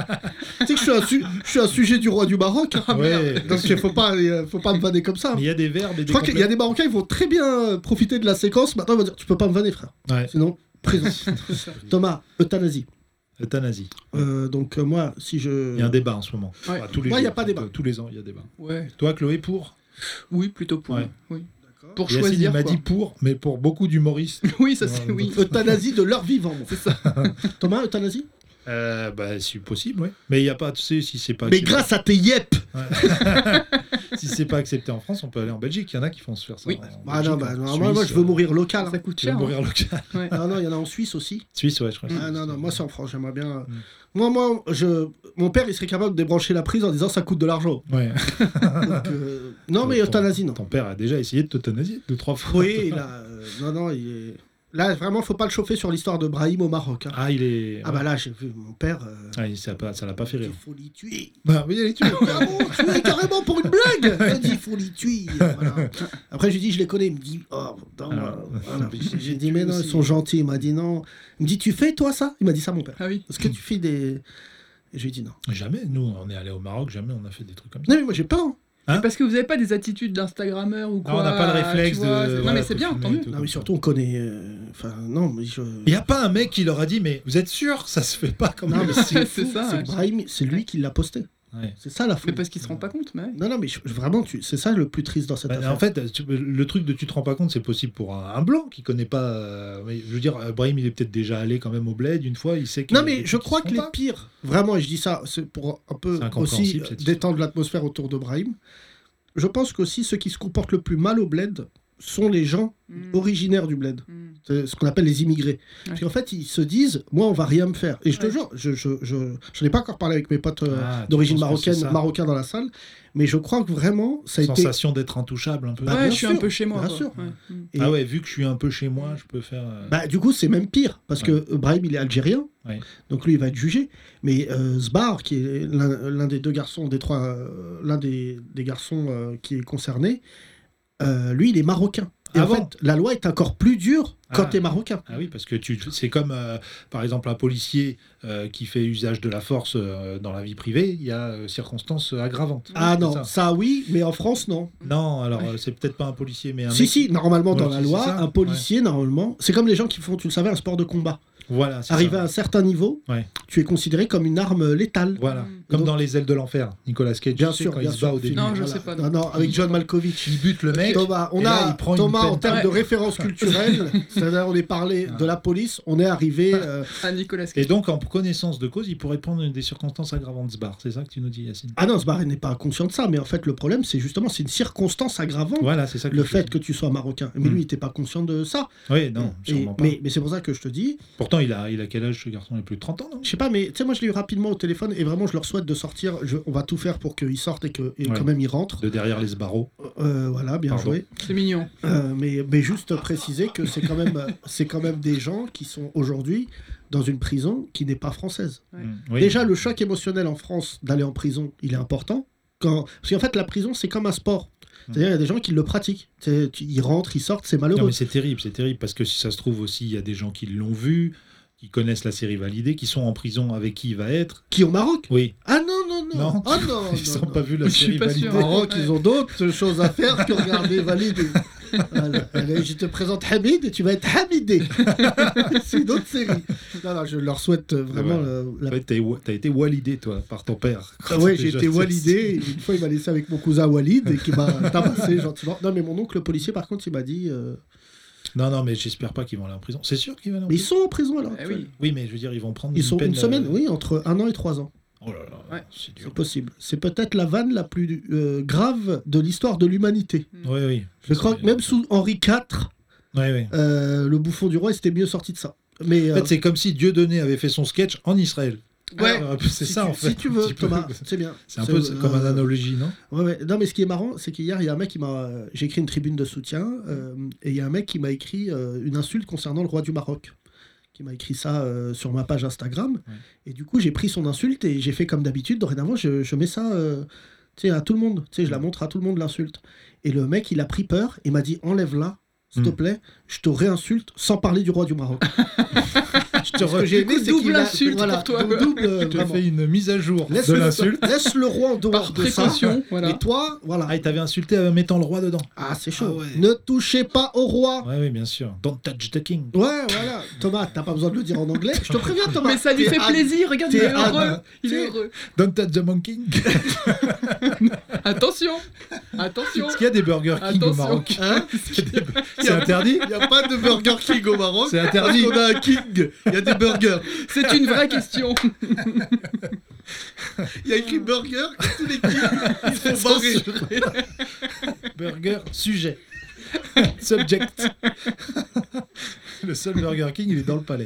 Tu sais que je suis, un su- je suis un sujet du roi du Maroc. hein. Ouais. Donc il faut pas, aller- faut pas me vanner comme ça. Mais il y a des verbes et Je des crois qu'il y a compléments. des Marocains, ils vont très bien profiter de la séquence. Maintenant, ils vont dire tu peux pas me vanner, frère. Ouais. Sinon, prison. Thomas, euthanasie. Euthanasie. Euh, donc euh, moi, si je... Il y a un débat en ce moment. Ouais. Enfin, tous les Moi, il y a jours, pas en fait, débat. euh, Tous les ans, il y a débat. Ouais. Toi, Chloé, pour Oui, plutôt pour. Ouais. Oui. D'accord. Pour Yacine, il choisir. m'a quoi. dit pour, mais pour beaucoup d'humoristes. Oui, ça c'est Ouais, oui. Euthanasie de leur vivant. moi. C'est ça. Thomas, euthanasie. Euh, bah, si possible, oui. Mais il y a pas, tu sais, si c'est pas. Mais accepté- grâce à tes yep. Ouais. Si c'est pas accepté en France, on peut aller en Belgique. Il y en a qui font se faire ça. Oui. en Ah non, Belgique, bah, en non, Suisse, moi, moi, je veux euh, mourir local. hein. Ça coûte Tu veux cher. mourir local. hein. Ah non, il y en a en Suisse aussi. Suisse, ouais, je crois. Ah non, non, moi c'est en France, j'aimerais bien. Mm. Moi, moi, je... mon père, il serait capable de débrancher la prise en disant ça coûte de l'argent. Ouais. Donc, euh, Non, mais Ton- euthanasie, non. Ton père a déjà essayé de t'euthanasier deux, trois fois. Oui, là, euh, non, non, il est. Là, vraiment, faut pas le chauffer sur l'histoire de Brahim au Maroc. hein. Ah, il est. Ah bah là, j'ai vu mon père. euh, Ah, il- ça l'a pas, ça l'a pas fait il rire. faut l'y tuer. Bah oui, allez, tu Ah bon, tuer carrément pour une blague. Il a dit il faut l'y tuer. Voilà. Après, je lui dis je les connais. Il me dit oh, non, Alors, euh, voilà. J'ai dit mais non, ils sont gentils. Il m'a dit non. Il me dit tu fais toi ça. Il m'a dit ça mon père. Ah oui. Est-ce que tu fais des. Et je lui ai dit non. Jamais, nous, on est allé au Maroc, jamais on a fait des trucs comme ça. Non, mais moi j'ai peur. hein. Hein Parce que vous avez pas des attitudes d'instagrammeur ou quoi. on n'a pas le réflexe tu vois, de- c'est- Non, voilà, mais c'est faut bien, filmer tant et mieux. tout. Non, comme mais ça. surtout on connaît. euh, Enfin, non, mais je. Il n'y a pas un mec qui leur a dit, mais vous êtes sûr, ça se fait pas comme Non, mais c'est C'est fou, ça, c'est ouais. que Brahim, c'est lui qui l'a posté. Ouais. C'est ça la Mais folie. parce qu'ils se rendent pas compte, mais. ouais. Non, non, mais je- vraiment, tu... c'est ça le plus triste dans cette Bah, affaire. en fait, tu- le truc de tu te rends pas compte, c'est possible pour un, un blanc qui connaît pas. euh, mais je veux dire, Brahim, il est peut-être déjà allé quand même au bled une fois, il sait que. Non, mais je crois que les pires, vraiment, et je dis ça, c'est pour un peu C'est aussi incompréhensible, euh, cette histoire. détendre l'atmosphère autour de Brahim. Je pense qu'aussi ceux qui se comportent le plus mal au bled, sont les gens Mm. originaires du bled. Mm. C'est ce qu'on appelle les immigrés. Parce qu'en fait, ils se disent, moi, on va rien me faire. Et je te Ouais. jure, je, je, je, je n'ai pas encore parlé avec mes potes euh, Ah, tu d'origine penses que c'est marocaine, ça. marocains dans la salle, mais je crois que vraiment, ça a été... Sensation d'être intouchable un peu. Bah, ouais, bien je suis sûr, un peu chez moi. bien quoi. sûr. Ouais. Mm. Et- Ah ouais, vu que je suis un peu chez moi, je peux faire. euh, Bah, du coup, c'est même pire, parce Ouais. que Brahim, il est algérien, Ouais. donc lui, il va être jugé. Mais euh, Sbar, qui est l'un l'un des deux garçons, des trois, euh, l'un des, des garçons euh, qui est concerné, euh, lui, il est marocain. Et Ah en bon fait, la loi est encore plus dure quand Ah. t'es marocain. Ah oui, parce que tu, c'est comme, euh, par exemple, un policier euh, qui fait usage de la force euh, dans la vie privée, il y a euh, circonstances aggravantes. Ah C'est non, ça. ça. oui, mais en France, non. Non, alors euh, c'est peut-être pas un policier, mais un Si, mec- si, normalement, dans Ouais, la c'est loi, ça, un policier, normalement, c'est comme les gens qui font, tu le savais, un sport de combat. Voilà, c'est Arrivé ça. à un certain niveau, Ouais. tu es considéré comme une arme létale. Voilà, Mm. comme Donc- dans Les Ailes de l'enfer, Nicolas Cage, Bien tu sais, sûr, quand bien il se sûr. bat au début. Non, je sais pas, Non, non, avec John Malkovich. Il bute le mec. Thomas, on et là, a il prend une Thomas en peine. termes Ouais. de références culturelles, c'est-à-dire on est parlé Ah. de la police, on est arrivé. euh, Ah, Nicolas Et Cage. donc, en connaissance de cause, il pourrait prendre des circonstances aggravantes de Sbar. C'est ça que tu nous dis, Yacine? Ah non, Sbar n'est pas conscient de ça, mais en fait le problème c'est justement c'est une circonstance aggravante. Voilà, c'est ça que Le je fait dis. que tu sois marocain. Mais Mm. lui, il n'était pas conscient de ça. Oui, non, Et- sûrement pas. mais mais c'est pour ça que je te dis, Pourtant, il a, il a quel âge, ce garçon? Il a plus de trente ans, non? je sais pas, mais tu sais, moi je l'ai eu rapidement au téléphone et vraiment je leur souhaite de sortir. Je- on va tout faire pour qu'ils sortent et que et Ouais. quand même ils rentrent. De derrière les barreaux. Euh, voilà, bien Pardon. joué. C'est mignon. Euh, mais, mais juste préciser que c'est quand même c'est quand même des gens qui sont aujourd'hui dans une prison qui n'est pas française. Ouais. Mm, oui. Déjà, le choc émotionnel en France d'aller en prison, il est important. Quand... Parce qu'en fait, la prison, c'est comme un sport. C'est-à-dire, il y a des gens qui le pratiquent. C'est- tu- Ils rentrent, ils sortent, c'est Non, malheureux. mais c'est terrible, c'est terrible, parce que si ça se trouve aussi, il y a des gens qui l'ont vu, qui connaissent la série validée, qui sont en prison avec qui il va être. Qui au Maroc Oui. Ah non, non, non. Non, Ah non, Ils non, n'ont non. pas vu la Je suis série pas validée. sûr. Au Maroc, Ouais. ils ont d'autres choses à faire que regarder valider. Voilà. Allez, je te présente Hamid et tu vas être Hamidé. C'est une autre série. Non, non, je leur souhaite vraiment Voilà. euh, la Ouais, t'as t'as été walidé, toi, par ton père. Ah ouais, j'ai Déjà, été c'est- walidé. Une fois, il m'a laissé avec mon cousin Walid et qui m'a tabassé gentiment. Non, mais mon oncle le policier, par contre, il m'a dit. euh, Non, non, mais j'espère pas qu'ils vont aller en prison. C'est sûr qu'ils vont aller en Mais ils prison. sont en prison alors. Eh oui. Oui, mais je veux dire, ils vont prendre Ils sont peine, une semaine, euh, oui, entre un an et trois ans. Oh là là, Ouais. c'est dur. C'est possible. C'est peut-être la vanne la plus euh, grave de l'histoire de l'humanité. Oui, oui. Je crois que même sous Henri quatre, Oui, oui. euh, le bouffon du roi, il s'était mieux sorti de ça. Mais En euh, fait, c'est comme si Dieudonné avait fait son sketch en Israël. ouais, Alors, c'est si ça, tu, en fait. si tu un veux, petit peu. Thomas, c'est bien. C'est un peu euh, comme une analogie, non? Ouais, ouais. Non, mais ce qui est marrant, c'est qu'hier, il y a un mec qui m'a. J'ai écrit une tribune de soutien, euh, et il y a un mec qui m'a écrit euh, une insulte concernant le roi du Maroc. Qui m'a écrit ça euh, sur ma page Instagram. Ouais. Et du coup, j'ai pris son insulte et j'ai fait comme d'habitude. Dorénavant, je, je mets ça euh, tu sais, à tout le monde. Tu sais, je la montre à tout le monde, l'insulte. Et le mec, il a pris peur et m'a dit enlève-la, s'il te Mm. plaît, je te réinsulte sans parler du roi du Maroc. Je te Ce que j'ai Du coup, aimé, c'est double qu'il a- insulte voilà, pour toi, double, quoi. double, euh, Je te vraiment. fais une mise à jour Laisse, de le, l'insulte. laisse le roi en dehors Par de ça. précaution, voilà. Et toi, voilà. Ah, il t'avait insulté en mettant le roi dedans. Ah, c'est chaud. Ah ouais. Ne touchez pas au roi. Oui, oui, bien sûr. Don't touch the king. Ouais, voilà. Thomas, t'as pas besoin de le dire en anglais. Je te préviens, Thomas. Mais ça lui T'es fait un- plaisir, regarde, il t'es est un- heureux. Il est t'es- heureux. Don't touch the monkey. Attention, attention. Est-ce qu'il y a des Burger King au Attention. Maroc? Hein C'est interdit? Il n'y a pas de Burger King au Maroc. C'est interdit. Parce qu'on a un King. Il y a des burgers. C'est une vraie question. Il y a écrit burger et tous les Kings, ils sont barrés. Burger, sujet. Subject. Le seul Burger King, il est dans le palais.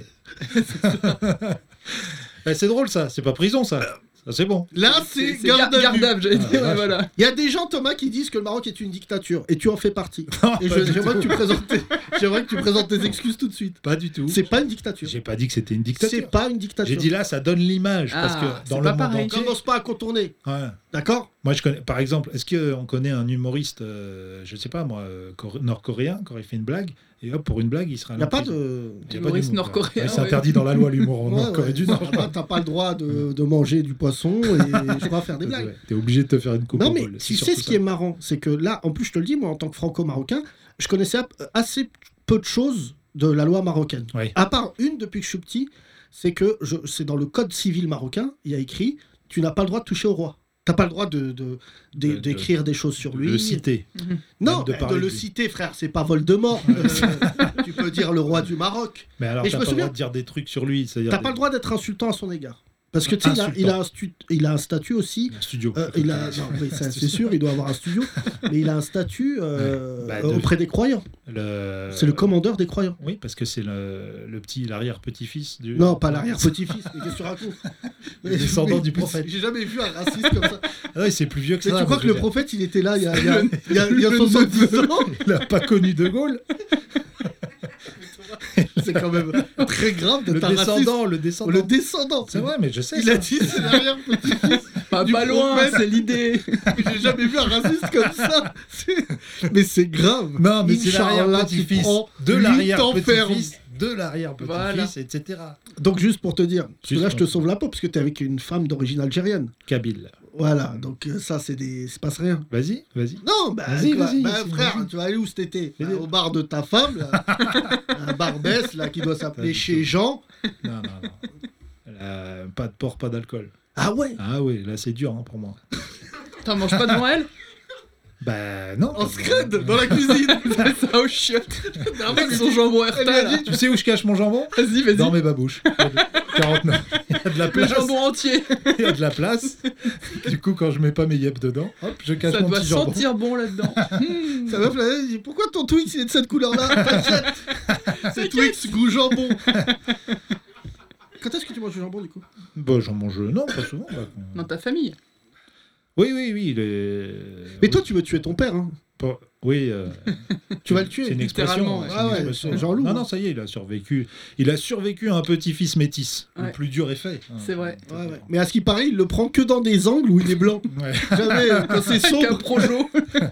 Eh, c'est drôle, ça. C'est pas prison, ça. Ça, c'est bon. Là, c'est C'est garde à vue. gardable, j'allais Ah, dire. vache. Voilà. Il y a des gens, Thomas, qui disent que le Maroc est une dictature. Et tu en fais partie. Non, Et pas je- du j'aimerais que, tout. tu présentes tes... j'aimerais que tu présentes tes excuses tout de suite. Pas du tout. C'est pas une dictature. J'ai pas dit que c'était une C'est dictature. pas une dictature. J'ai dit là, ça donne l'image. parce Ah, que c'est dans pas le monde pareil. entier. Commence pas à contourner. Ouais. D'accord? Moi, je connais, par exemple, est-ce qu'on connaît un humoriste, euh, je sais pas moi, euh, cor- nord-coréen, qui aurait fait une blague, et hop, pour une blague, il sera Il n'y a pas prison. de. Il y a pas Humoriste d'humour, nord-coréen, quoi. Ouais, c'est ouais. interdit dans la loi, l'humour en Ouais, Nord-Corée ouais. du Nord. Là-bas, t'as pas le droit de, de manger du poisson et je crois faire des blagues. Ouais, T'es obligé de te faire une coupe Non, au mais bol. tu c'est sais surtout ce qui ça. est marrant, c'est que là, en plus, je te le dis, moi, en tant que franco-marocain, je connaissais ap- assez peu de choses de la loi marocaine. Oui. À part une, depuis que je suis petit, c'est que je- c'est dans le code civil marocain, il y a écrit tu n'as pas le droit de toucher au roi. T'as pas le droit de, de- de- De- d'écrire des choses sur De lui. le citer. Non, même de de, parler le de lui. citer, frère, c'est pas Voldemort. Euh, tu peux dire le roi du Maroc. Mais alors, Mais je t'as me pas le souviens- droit de dire des trucs sur lui. c'est-à-dire T'as des- pas le droit d'être insultant à son égard. Parce que tu sais, il a, Insultant. il, a un stu- il a un statut aussi. Un studio. euh, il a, non, mais ça, c'est sûr, il doit avoir un studio. Mais il a un statut euh, Ouais. Bah, de- auprès des croyants. Le- C'est le commandeur des croyants. Oui, parce que c'est le, le petit, l'arrière-petit-fils du. Non, pas l'arrière-petit-fils. Mais qu'est-ce que tu racontes? Le descendant du prophète. J'ai jamais vu un raciste comme ça. Ah ouais, c'est plus vieux que Mais ça. tu crois moi, que je le veux dire. prophète, il était là il y a, il y a, il y a, il y a soixante-dix ans? Il a pas connu De Gaulle. C'est quand même très grave Le d'être un raciste. descendant, le descendant. Le descendant. C'est vrai, mais je sais. Il ça. a dit c'est l'arrière-petit-fils. Pas, Du pas loin, prophète. c'est l'idée. J'ai jamais vu un raciste comme ça. C'est- Mais c'est grave. Non, mais c'est Inch'Allah, tu l'arrière-petit-fils. prends De huit l'arrière-petit-fils. De l'arrière-petit-fils, Voilà. et cetera. Donc juste pour te dire, parce que Juste là je te pour- sauve la peau parce que t'es avec une femme d'origine algérienne. Kabyle. Voilà, donc euh, ça c'est des, c'est passe rien. Vas-y, vas-y. Non, bah, Vas-y, quoi, vas-y, bah, vas-y, frère, vas-y. tu vas aller où cet été? Bah, Vas-y. au bar de ta femme, là. Un bar Bess, là, qui doit Pas s'appeler du chez tout. Jean. Non, non, non. Euh, pas de porc, pas d'alcool. Ah ouais. Ah oui, là c'est dur hein, pour moi. T'en manges pas devant elle? Bah non. En scred, dans la cuisine. C'est ça au chiottes. Avec son jambon Elle lui Herta, a là. dit, Tu sais où je cache mon jambon? Vas-y, vas-y. Dans mes babouches. quarante-neuf. Il y a de la Le place. jambon entier. Il y a de la place. Du coup, quand je mets pas mes yep dedans, hop, je cache Ça mon doit petit jambon. sentir bon là-dedans. Hmm. sa meuf, là, elle dit, pourquoi ton Twix il est de cette couleur-là? T'inquiète. C'est Twix goût jambon. Quand est-ce que tu manges du jambon du coup? Bah, j'en mange, non, pas souvent. bah, Dans ta famille. Oui, oui, oui. Il est... Mais toi tu veux tuer ton père, hein? Pas- Oui. euh, Tu vas le tuer. C'est une expression. littéralement, ouais, ouais. c'est Ah une ouais, expression. c'est Jean-Loup, Non, hein. non, ça y est, il a survécu. Il a survécu à un petit-fils métis. Ouais. Le plus dur est fait. C'est vrai. Ouais, ouais. Mais à ce qui paraît, il le prend que dans des angles où il est blanc. Ouais. Jamais euh, quand c'est Avec un sombre. projo.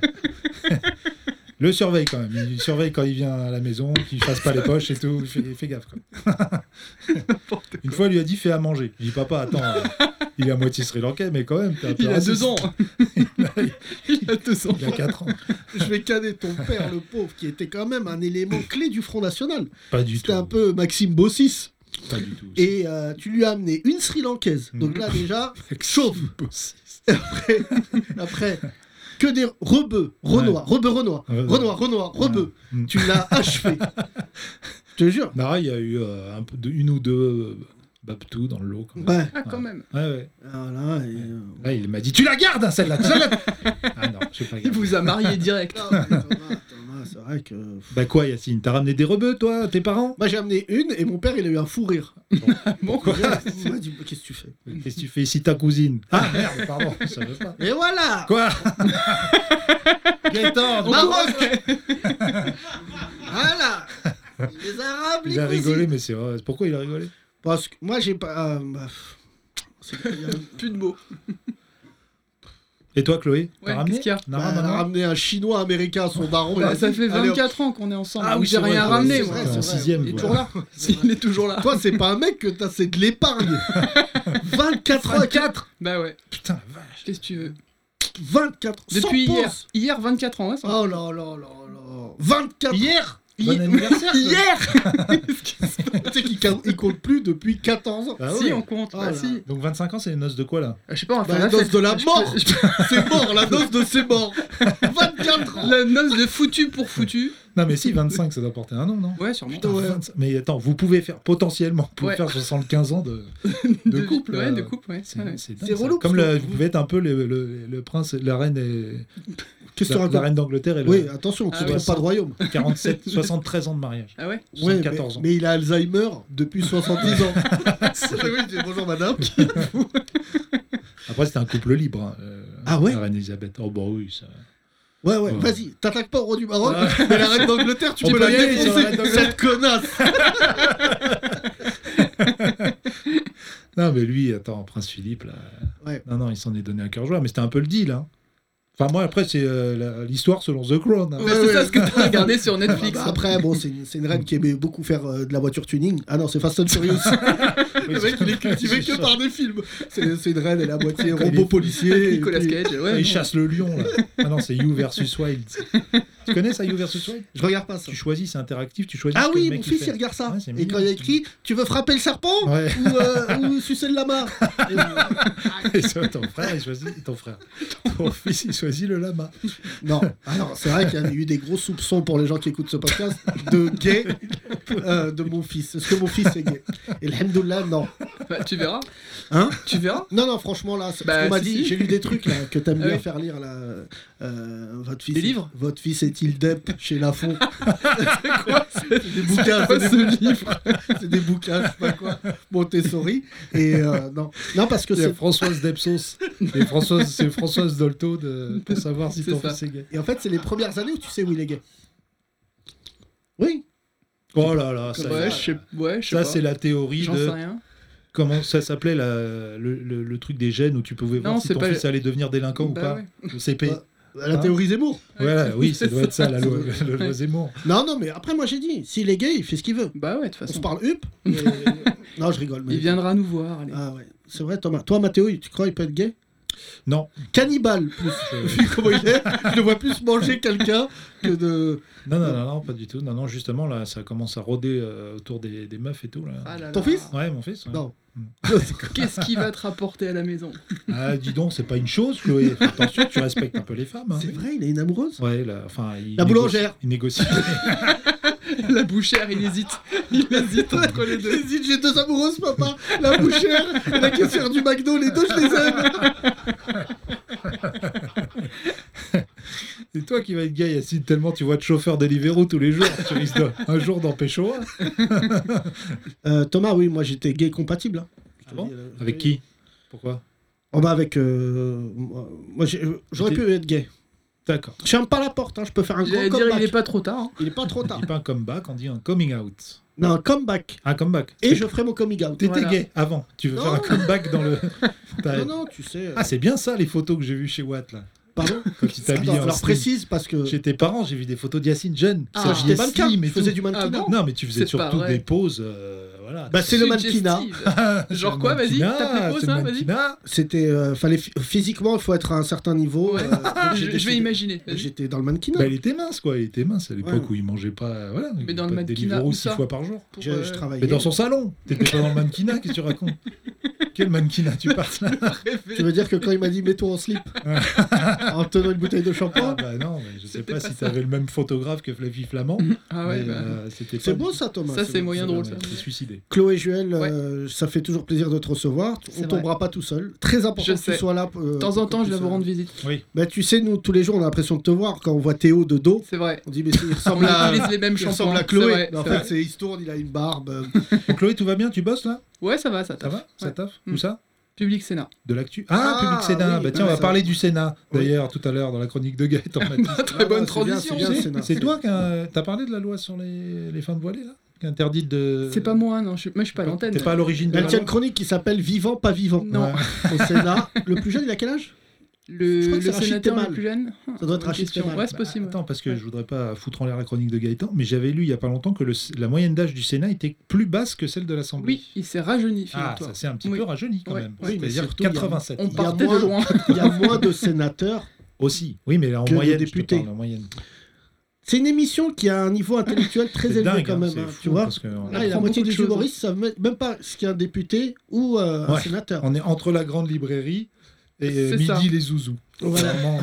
Le surveille quand même. Il surveille quand il vient à la maison, qu'il fasse pas les poches et tout. Il fait, il fait gaffe. Quoi. Une fois, il lui a dit fais à manger. Je dis papa, attends, euh, il est à moitié sri lankais, mais quand même. t'es un peu Il a raciste. deux ans. Il a deux ans. Il a quatre ans. Je vais canner ton père, le pauvre, qui était quand même un élément clé du Front National. Pas du tout. C'était un peu Maxime Bossis. Pas du tout. Et euh, tu lui as amené une Sri Lankaise. Donc là, déjà, chauffe. Après, après, que des rebeux, renois, rebeux, renois, Ouais. renois, renois, rebeux. Mm. Tu l'as achevé. Je te jure. Nara, il y a eu euh, un peu de, une ou deux euh, Babtou dans le lot. Quand même. Ouais. Ah, quand même. Ouais, ouais. Voilà, et, euh, Là, il m'a dit tu la gardes, hein, celle-là. Tu la gardes. Ah non, je sais pas. Il vous a marié direct. non, mais Thomas, Thomas, c'est vrai que. Bah quoi, Yacine, t'as ramené des rebeux, toi, tes parents? Moi, j'ai amené une et mon père, il a eu un fou rire. Bon, Quoi? Il m'a dit qu'est-ce que tu fais? Qu'est-ce que tu fais ici, ta cousine? Ah merde, pardon, je savais pas. Et voilà. Quoi? Gaëtan, Maroc. Voilà. Les Arabes, les il a cousines. rigolé, mais c'est vrai. Pourquoi il a rigolé? Parce que moi, j'ai pas. euh, bah, c'est- il y a- plus de mots. Et toi, Chloé? Ouais, T'as ramené? qu'est-ce qu'il y a Nara, Bah, elle a maman ramené un chinois américain à son daron. il Bah, a ça dit, fait allez, hop. vingt-quatre ans qu'on est ensemble. Ah oui, j'ai c'est vrai, rien c'est ramené, vrai, moi. c'est en vrai. sixième. Il est quoi. toujours là. Il est toujours là. Toi, c'est pas un mec que t'as, c'est de l'épargne. vingt-quatre ans. vingt-quatre. Bah ouais. Putain, la vache. Qu'est-ce que tu veux? vingt-quatre. Depuis sans hier. pause. Hier, vingt-quatre ans. Ouais, ça. Oh là là là là. vingt-quatre. Hier? Hi- Bon anniversaire, Chloé. Hier. Tu sais qu'il compte- il compte plus depuis quatorze ans. Ah Si, ouais. on compte. Oh bah là. si. Donc vingt-cinq ans, c'est les noces de quoi, là? Je sais pas, on va Bah, faire la la noce fête. de la Je mort. peux- je peux- C'est mort, la noce de c'est mort. vingt-quatre ans. La noce de foutu pour foutu. Non, mais si, vingt-cinq, ça doit porter un nom, non? Ouais, sûrement. Putain, Ouais. vingt-cinq. Mais attends, vous pouvez faire, potentiellement, vous pouvez Ouais. faire soixante-quinze ans de, de couple. Ouais, euh, de couple, ouais. C'est ouais. c'est C'est dingue, ça. relou, Comme parce le- que- vous pouvez être un peu le, le, le prince, la reine et Qu'est-ce que tu la, la racontes? reine d'Angleterre et le Oui, attention, tu Ah ne ouais. trompes pas de royaume. quarante-sept, soixante-treize ans de mariage. Ah ouais? Ouais, mais, soixante-quatorze ans. mais il a Alzheimer depuis soixante-dix ans. Oui, je dis, bonjour madame. Après, c'était un couple libre. hein, euh, Ah ouais? La reine Elisabeth. Oh, bah oui, ça. Ouais, ouais, Ouais. vas-y, t'attaques pas au roi du Maroc, Ouais. mais la reine d'Angleterre, tu On peux peut la y aller sur la défoncer, reine d'Angleterre. cette connasse. Non, mais lui, attends, Prince Philippe, là. Ouais. Non, non, il s'en est donné un cœur joie, mais c'était un peu le deal, hein. Enfin, moi, après, c'est euh, la- l'histoire selon The Crown. hein. Bah, Ouais, c'est ouais. ça ce que t'as regardé sur Ah, Netflix. bah, après, bon, c'est une, c'est une reine qui aimait beaucoup faire euh, de la voiture tuning. Ah non, c'est Fast and Furious. Le mec, il est cultivé que par des films. C'est c'est une reine, elle est à moitié Quand il robot est- policier. et Nicolas puis- Cage. Ah, Ouais, il non. chasse le lion, là. Ah non, c'est You versus Wild. Tu connais ça, You versus Wild? Je regarde pas ça. Tu choisis, c'est interactif, tu choisis. Ah ce que oui, le mec, mon fils, fait. il regarde ça. Ouais, c'est Et mignon. quand il y a écrit, tu veux frapper le serpent Ouais. ou, euh, ou sucer le lama. Et, euh, Et ça, ton frère, il choisit. Ton frère. Ton fils, il choisit le lama. Non, alors c'est vrai qu'il y a eu des gros soupçons pour les gens qui écoutent ce podcast de gay euh, de mon fils. Est-ce que mon fils est gay? Et alhamdoulilah, non. Bah, tu verras. Hein Tu verras. Non, non, franchement, là, c'est- Bah, parce qu'on m'a si, dit, si. j'ai lu des trucs là, que t'aimes Ah bien oui. faire lire. Là, euh, votre fils Des est- livres Votre fils est-il dep chez Lafont? C'est quoi c'est- Des bouquins, quoi c'est ce des livres. C'est des bouquins, je sais pas quoi. Montessori. Et euh, non. non, parce que Il y a c'est. Françoise Depsos. Et Françoise, c'est Françoise Dolto de, pour savoir si C'est ton ça. fils est gay. Et en fait, c'est les premières années où tu sais où il est gay. Oui. Oh là là, ça, Ouais, je sais ouais, je sais ça pas. c'est la théorie J'en de... sais rien. Comment ça s'appelait la- le, le- le truc des gènes où tu pouvais voir Non, si c'est ton pas- fils allait devenir délinquant Bah ou pas ouais. Le C P. Ouais. La Hein théorie Zemmour. Voilà, oui, ça C'est doit être ça, la loi, ça. la loi Zemmour. Non, non, mais après, moi j'ai dit, s'il est gay, il fait ce qu'il veut. Bah ouais, de toute On se façon. parle hup. et- Non, je rigole. Mais... Il viendra nous voir. Allez. Ah ouais, c'est vrai, Thomas. Toi, Mathéo, tu crois qu'il peut être gay? Non. Cannibale, plus. Vu comment il est, je le vois plus manger quelqu'un que de. Non, non, non, non, pas du tout. Non, non, justement, là, ça commence à rôder euh, autour des, des meufs et tout. Là. Ah là Ton là. fils Ouais, mon fils. Ouais. Non. Qu'est-ce qu'il va te rapporter à la maison? Ah, dis donc, c'est pas une chose, Chloé. Fais attention, tu respectes un peu les femmes. Hein. C'est vrai, il a une amoureuse. Ouais, là, enfin, il La négocie- boulangère. Il négocie. La bouchère, il hésite. Il hésite entre les deux. Hésite, j'ai deux amoureuses, papa. La bouchère et la caissière du McDo, les deux, je les aime. C'est toi qui vas être gay, Yacine, tellement tu vois de chauffeur Deliveroo tous les jours. Tu risques de- un jour d'en pécho un. Euh, Thomas, oui, moi j'étais gay compatible. hein. Je te Ah bon dis, euh, Avec qui Pourquoi Oh bah avec. euh, moi, moi, j'ai- euh, j'aurais T'es- pu être gay. D'accord. Je ferme pas la porte, hein, je peux faire un grand J'allais dire, comeback. il est pas trop tard. hein. Il est pas trop On tard. dit pas un comeback, on dit un coming out. Non, un comeback. Un comeback. Et je ferai mon coming out. T'étais Voilà. gay avant. Tu veux Non. faire un comeback dans le. T'as- Non, non, tu sais. euh, Ah, c'est bien ça les photos que j'ai vues chez Watt là. Pardon. Quand tu t'habilles Attends, en alors slim. précise parce que. Chez tes parents, j'ai vu des photos d'Yacine jeune. Ah, Ça, j'étais j'étais mannequin. slim et Je faisais tout. du mannequinat. Ah bon Non, mais tu faisais C'est pas surtout vrai. des poses. euh, voilà. Bah, c'est le mannequinat. Suggestive. Genre quoi, vas-y, Mannequinat, tape les poses, c'est le hein, vas-y. mannequinat. C'était. euh, fallait phy- physiquement, il faut être à un certain niveau. Ouais. euh, donc j'ai Je je vais décidé- imaginer. vas-y. J'étais dans le mannequinat. Bah, il était mince, quoi. Il était mince à l'époque Ouais. où il mangeait pas. Voilà, il Mais dans pas le de mannequinat, Deliveroo où six ça fois par jour. Pour, Je, euh, je travaillais. Mais dans son salon. T'étais pas dans le mannequinat, qu'est-ce que tu racontes Quel mannequinat tu parles là Tu veux dire que quand il m'a dit mets-toi en slip en tenant une bouteille de Ah shampoing, bah non, mais je sais C'était pas, pas si ça. t'avais le même photographe que Flavie Flamand. Ah ouais, mais, bah. euh, c'était c'est pas- beau ça, Thomas. Ça, c'est beau. moyen c'est drôle, vrai, ça. Il s'est suicidé. Chloé Juel, euh, ça fait toujours plaisir de te recevoir. On C'est tombera pas tout seul. Très important Je que tu sais. sois là. euh, De temps en temps, je viens vous rendre visite. Oui. Bah, tu sais, nous, tous les jours, on a l'impression de te voir. Quand on voit Théo de dos, C'est vrai. on dit, mais c'est- il On ressemble à, utilise les mêmes il ressemble shampoings. à Chloé. c'est vrai, Mais en c'est fait, vrai. c'est- il se tourne, il a une barbe. euh. Bon, Chloé, tout va bien Tu bosses là Ouais, ça va, ça Ça taffe. va Ça Ouais. taffe Mm. Où ça Public Sénat. De l'actu Ah, Ah, Public Sénat. oui, bah tiens, ouais, on va ça- parler du Sénat. Oui. D'ailleurs, tout à l'heure, dans la chronique de Gaëtan Baptiste. Très bonne Ah, c'est bien, transition. c'est bien, aussi. le Sénat. C'est toi qui a... T'as parlé de la loi sur les, les femmes voilées, là Qui interdit de... C'est pas moi, non. Je... suis- Moi, je suis pas à l'antenne. T'es pas à l'origine de Elle la tient loi une chronique qui s'appelle Vivant, pas vivant. Non. Ouais. Au Sénat. Le plus jeune, il a quel âge Le, Je crois le que c'est Rachid sénateur Temal. le plus jeune. Ça doit être Bonne Rachid question. Temal. Ouais, c'est possible. Attends, parce que Ouais. je voudrais pas foutre en l'air la chronique de Gaëtan, mais j'avais lu il y a pas longtemps que le- la moyenne d'âge du Sénat était plus basse que celle de l'Assemblée. Oui, il s'est rajeuni, Ah, figure-toi. ça s'est un petit Oui. peu rajeuni quand Ouais. même. Oui, mais C'est-à-dire surtout, il y a- quatre-vingt-sept. On Il y a partait moins- de loin. Il y a moins de sénateurs. Aussi. Oui, mais là, en Que de moyenne, je te députés. parle, en moyenne. C'est une émission qui a un niveau intellectuel très C'est élevé dingue, quand hein, même. c'est hein, fou, tu vois parce que on- Là, et la apprend moitié beaucoup de des choses, humoristes savent même- même pas ce qu'est un député ou euh, un Ouais. sénateur. on est entre la grande librairie et euh, C'est midi ça. les zouzous. Voilà. Vraiment,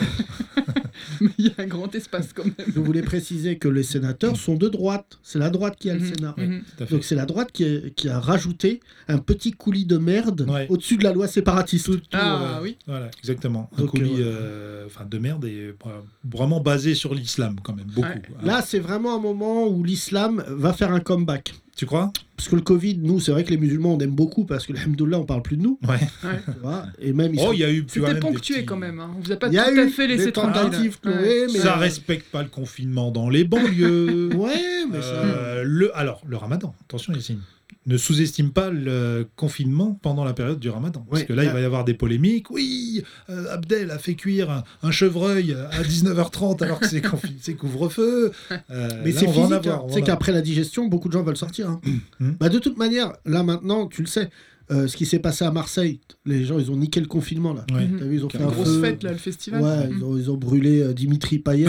Mais il y a un grand espace quand même. Je voulais préciser que les sénateurs sont de droite. C'est la droite qui a le Mhm, Sénat. mhm. tout à fait. Donc c'est la droite qui a, qui a rajouté un petit coulis de merde Ouais. au-dessus de la loi séparatiste. Tout, Ah euh, oui. Voilà, exactement. Un Donc, coulis euh, euh, enfin, de merde et euh, vraiment basé sur l'islam quand même, beaucoup. Ouais. quoi. Là, c'est vraiment un moment où l'islam va faire un comeback. Tu crois Parce que le Covid, nous, c'est vrai que les musulmans, on aime beaucoup parce que, alhamdoulilah, on parle plus de nous. Ouais. Tu vois, et même, ils Oh, sont- il y a eu. tu vois, C'était même des ponctué petits- quand même. Hein. On vous a pas Il y a tout à eu fait laissé des tranquille. tentatives, Chloé, Ouais. mais- Ça euh, respecte pas le confinement dans les banlieues. Ouais, mais ça... Euh, le, alors, le ramadan, attention Yacine, ne sous-estime pas le confinement pendant la période du ramadan. Parce Ouais, que là, il là- va y avoir des polémiques. Oui, euh, Abdel a fait cuire un, un chevreuil à dix-neuf heures trente alors que c'est, confi- c'est couvre-feu. Euh, Mais là, c'est on va en physique. avoir, hein. on va Tu sais en qu'après la digestion, beaucoup de gens veulent sortir. hein. Mhm. Bah, de toute manière, là maintenant, tu le sais, euh, ce qui s'est passé à Marseille, les gens, ils ont niqué le confinement. Là. Ouais. Mhm. T'as vu, ils ont fait un Grosse feu. fête là, le festival. Ouais, Mhm. ils ont, ils ont brûlé euh, Dimitri Payet.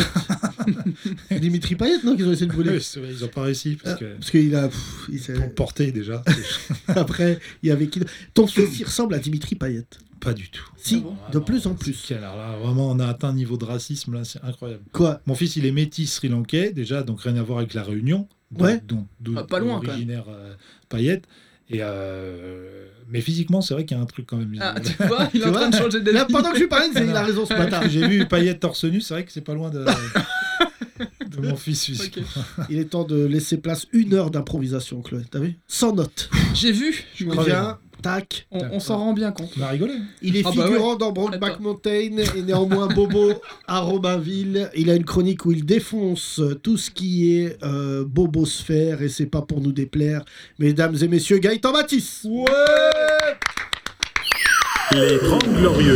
Dimitri Payet, non, qu'ils ont essayé de brûler. Oui, c'est vrai, ils n'ont pas réussi parce que Parce qu'il a. pff, il s'est- pour le porter déjà, Après, il y avait qui Ton fils, il ressemble à Dimitri Payet. pas du tout. Si, bon de plus en plus. C'est- Alors là, vraiment, on a atteint un niveau de racisme là, c'est incroyable. Quoi Mon fils, il est métis sri-lankais déjà, donc rien à voir avec la Réunion. dont- Ouais. dont- d'où- Ah, pas loin, quand originaire euh, Payette. Et euh... Mais physiquement, c'est vrai qu'il y a un truc quand même. Ah, tu vois, il est Tu en train vois de changer d'avis. Là, pendant que je lui parlais, il a raison ce matin. J'ai vu Payet torse nu, c'est vrai que c'est pas loin de, de mon fils. Suisse. Ok. Il est temps de laisser place une heure d'improvisation, Chloé. T'as vu? Sans note. J'ai vu, je me On dis, vient, tac. on, on s'en rend bien compte. On a rigolé. Il est Ah bah figurant dans Brokeback Attends. Mountain et néanmoins Bobo à Romainville. Il a une chronique où il défonce tout ce qui est euh, bobosphère et c'est pas pour nous déplaire. Mesdames et messieurs, Gaëtan Matisse. Ouais. Les Trente Glorieuses.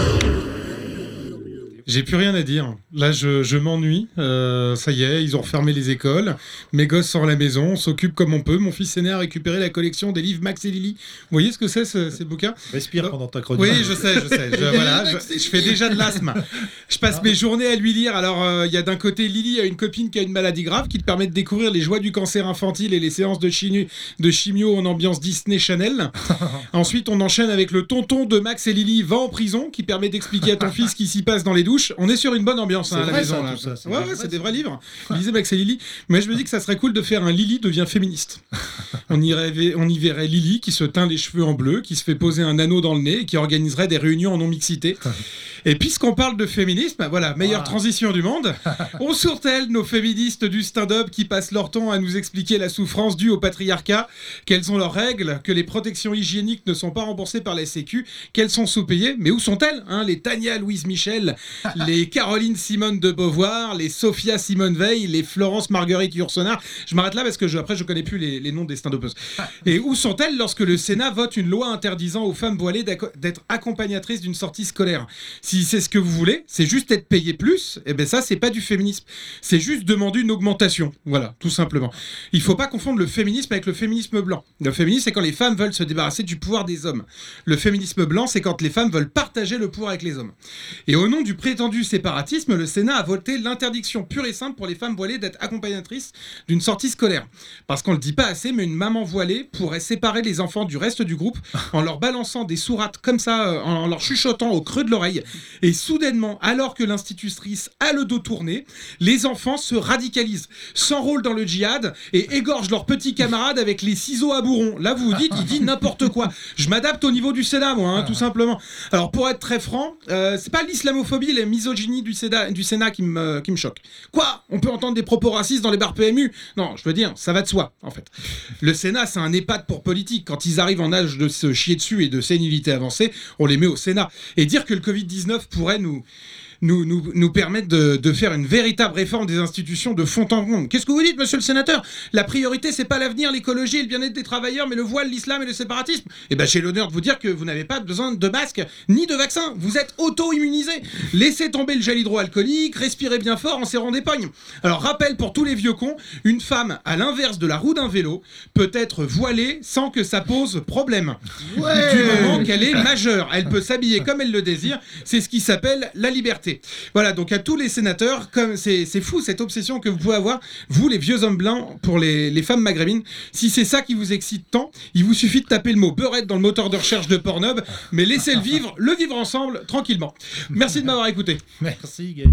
J'ai plus rien à dire. Là, je, je m'ennuie. Euh, ça y est, ils ont refermé les écoles. Mes gosses sont à la maison. On s'occupe comme on peut. Mon fils aîné a récupéré la collection des livres Max et Lily. Vous voyez ce que c'est, ce, ces bouquins? Respire Non. pendant ta chronique. Oui, je sais, je sais. Je, voilà, je, je fais déjà de l'asthme. Je passe mes journées à lui lire. Alors, il euh, y a d'un côté Lily, a une copine qui a une maladie grave qui te permet de découvrir les joies du cancer infantile et les séances de, chinu, de chimio en ambiance Disney Channel. Ensuite, on enchaîne avec le tonton de Max et Lily va en prison qui permet d'expliquer à ton fils ce qui s'y passe dans les douches. On est sur une bonne ambiance hein, C'est à la vrai, maison. ça, Là. tout ça, c'est ouais, vrai. ouais, c'est des vrais livres. Lisez Max et Lily. Mais je me dis que ça serait cool de faire un Lily devient féministe. On y, rêvait, on y verrait Lily qui se teint les cheveux en bleu, qui se fait poser un anneau dans le nez et qui organiserait des réunions en non-mixité. Et puisqu'on parle de féminisme, voilà, meilleure Ah. transition du monde. On sourtelle nos féministes du stand-up qui passent leur temps à nous expliquer la souffrance due au patriarcat, quelles sont leurs règles, que les protections hygiéniques ne sont pas remboursées par la Sécu, qu'elles sont sous-payées, mais où sont-elles hein, les Tania Louise Michel, les Caroline Simone de Beauvoir, les Sophia Simone Veil, les Florence Marguerite Yourcenar. Je m'arrête là parce que je, après je connais plus les, les noms des stand-uppeuses. Et où sont-elles lorsque le Sénat vote une loi interdisant aux femmes voilées d'être accompagnatrices d'une sortie scolaire? Si c'est ce que vous voulez, c'est juste être payé plus, et ben ça c'est pas du féminisme. C'est juste demander une augmentation. Voilà, tout simplement. Il faut pas confondre le féminisme avec le féminisme blanc. Le féminisme c'est quand les femmes veulent se débarrasser du pouvoir des hommes. Le féminisme blanc c'est quand les femmes veulent partager le pouvoir avec les hommes. Et au nom du prétendu séparatisme, le Sénat a voté l'interdiction pure et simple pour les femmes voilées d'être accompagnatrices d'une sortie scolaire. Parce qu'on le dit pas assez, mais une maman voilée pourrait séparer les enfants du reste du groupe en leur balançant des sourates comme ça, euh, en leur chuchotant au creux de l'oreille. Et soudainement, alors que l'institutrice a le dos tourné, les enfants se radicalisent, s'enrôlent dans le djihad et égorgent leurs petits camarades avec les ciseaux à bourron. Là, vous vous dites, il dit n'importe quoi. Je m'adapte au niveau du Sénat, moi, hein, tout simplement. Alors, pour être très franc, euh, c'est pas l'islamophobie et la misogynie du Sénat, du Sénat qui me qui me choquent. Quoi? On peut entendre des propos racistes dans les bars P M U? Non, je veux dire, ça va de soi, en fait. Le Sénat, c'est un EHPAD pour politique. Quand ils arrivent en âge de se chier dessus et de sénilité avancée, on les met au Sénat. Et dire que le covid dix-neuf pourrait nous... Nous, nous, nous permettre de, de faire une véritable réforme des institutions de fond en comble. Qu'est-ce que vous dites, monsieur le sénateur? La priorité, c'est pas l'avenir, l'écologie et le bien-être des travailleurs, mais le voile, l'islam et le séparatisme. Eh ben, j'ai l'honneur de vous dire que vous n'avez pas besoin de masque ni de vaccin. Vous êtes auto-immunisé. Laissez tomber le gel hydroalcoolique, respirez bien fort en serrant des pognes. Alors, rappel pour tous les vieux cons, une femme, à l'inverse de la roue d'un vélo, peut être voilée sans que ça pose problème. Ouais. Du moment qu'elle est majeure. Elle peut s'habiller comme elle le désire. C'est ce qui s'appelle la liberté. Voilà, donc à tous les sénateurs, comme c'est, c'est fou cette obsession que vous pouvez avoir, vous les vieux hommes blancs, pour les, les femmes maghrébines. Si c'est ça qui vous excite tant, il vous suffit de taper le mot beurette dans le moteur de recherche de Pornhub, mais laissez le vivre, le vivre ensemble, tranquillement. Merci de m'avoir écouté. Merci Gaëtan.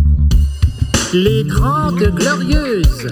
Les Trente Glorieuses.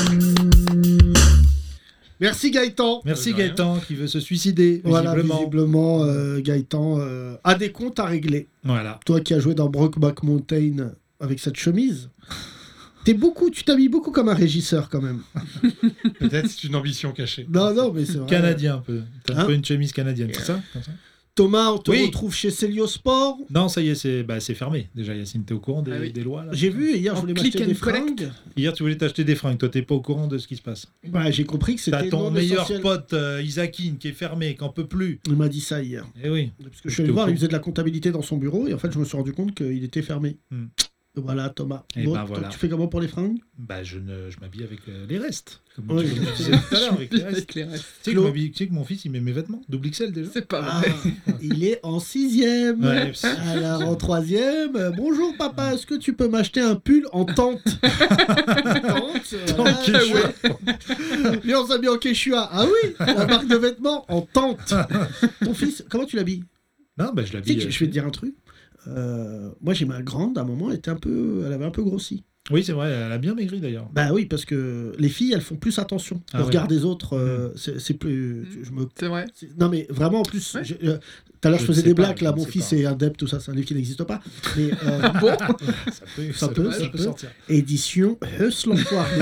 Merci Gaëtan. Merci Gaëtan qui veut se suicider, Voilà, visiblement. visiblement, euh, Gaëtan euh, a des comptes à régler. Voilà. Toi qui as joué dans Brokeback Mountain avec cette chemise, t'es beaucoup, tu t'habilles beaucoup comme un régisseur quand même. Peut-être c'est une ambition cachée. Non, non, mais c'est vrai. Canadien un peu. T'as un Hein peu une chemise canadienne, c'est ça, comme ça Thomas, on te Oui. retrouve chez Céliosport. Non, ça y est, c'est bah, c'est fermé. Déjà, Yacine, t'es au courant des, Ah oui. des lois là J'ai vu, hier, je En voulais click m'acheter des and collect. fringues. Hier, tu voulais t'acheter des fringues. Toi, t'es pas au courant de ce qui se passe. Bah, j'ai compris que T'as c'était ton non meilleur essentiel. pote, euh, Isaacine, qui est fermé, qui en peut plus. Il m'a dit ça hier. Eh oui. Parce que je suis allé le voir, il faisait de la comptabilité dans son bureau et en fait, je me suis rendu compte qu'il était fermé. Hmm. Voilà, Thomas. Et Bon, ben toi, voilà. tu fais comment pour les fringues? Bah, je, ne, je m'habille avec euh, les restes. Comme Oui. tu le disais tout à l'heure, avec les restes. Avec les restes. Tu sais, que Claude. je m'habille- tu sais que mon fils, il met mes vêtements, double X L déjà. C'est pas Ah, vrai. il est en sixième. Ouais. Alors en troisième, euh, bonjour papa, est-ce que tu peux m'acheter un pull en tente? Tente, voilà. Tant qu'il est chaud. Viens, on s'habille en Quechua. Ah oui, la marque de vêtements en tente. Ton fils, comment tu l'habilles? Non, bah, je Tu sais l'habille. que je vais te dire un truc. Euh, moi j'ai ma grande, à un moment, elle était un peu, elle avait un peu grossi. Oui, c'est vrai, elle a bien maigri d'ailleurs. Bah oui, parce que les filles, elles font plus attention. Ah Le ouais. regard des autres, euh, c'est c'est plus. Mm. Je me... C'est vrai. c'est- Non, mais vraiment, en plus. Ouais. j'ai- euh, Tout à l'heure, je Je faisais ne sais des pas, blagues, je là, ne mon sais fils pas. est adepte, tout ça, c'est un livre qui n'existe pas. Mais. euh, Bon, Ça peut, Ça peut, ça peut. sortir. édition Huss l'enfoiré.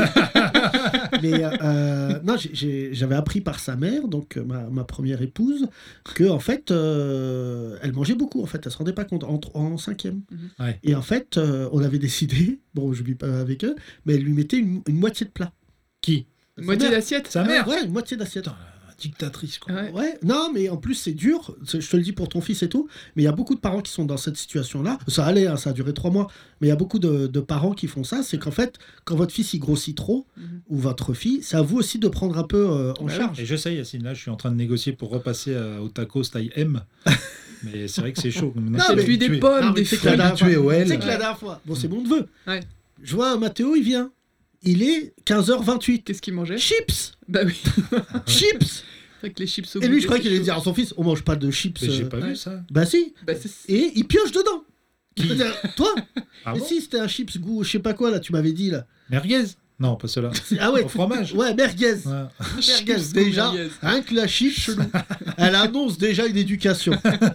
Mais euh, non, j'ai- j'ai- j'avais appris par sa mère, donc euh, ma, ma première épouse, que en fait, euh, elle mangeait beaucoup. En fait, elle se rendait pas compte en, en cinquième. Mhm. Ouais. Et en fait, euh, on avait décidé, bon, je vis pas avec eux, mais elle lui mettait une, une moitié de plat. Qui Sa moitié mère. d'assiette. Sa mère Ouais, une moitié d'assiette. Putain, la dictatrice, quoi. Ouais. Ouais, non, mais en plus c'est dur, c'est- je te le dis pour ton fils et tout, mais il y a beaucoup de parents qui sont dans cette situation-là. Ça allait, hein, ça a duré trois mois, mais il y a beaucoup de, de parents qui font ça, c'est qu'en fait, quand votre fils il grossit trop, Mhm. ou votre fille, c'est à vous aussi de prendre un peu euh, en Bah oui. charge. Et je sais, Yacine, là, je suis en train de négocier pour repasser euh, au tacos taille M. Mais c'est vrai que c'est chaud. Maintenant, Non, mais Fais-lui tu des es- pommes, Non, mais des tu sais que fruits. la dernière habitué fois- au L. tu sais que la Ouais. dernière fois, bon c'est mon neveu, Ouais. je vois Mathéo, il vient, il est quinze heures vingt-huit. Qu'est-ce qu'il mangeait? Chips Bah oui. Chips C'est vrai que les chips au Et lui, goûter, je croyais c'est qu'il allait chaud. dire à son fils, on mange pas de chips. Mais j'ai euh, pas ouais. vu ça. Bah si, Bah, c'est- et il pioche dedans. C'est-à-dire, toi Ah Mais bon si, c'était un chips goût, je sais pas quoi, là, tu m'avais dit, là. Merguez Non, pas cela. Ah ouais, Au fromage. Ouais, merguez. Ouais. Merguez, Chips déjà, merguez. rien que la chips, elle annonce déjà une éducation.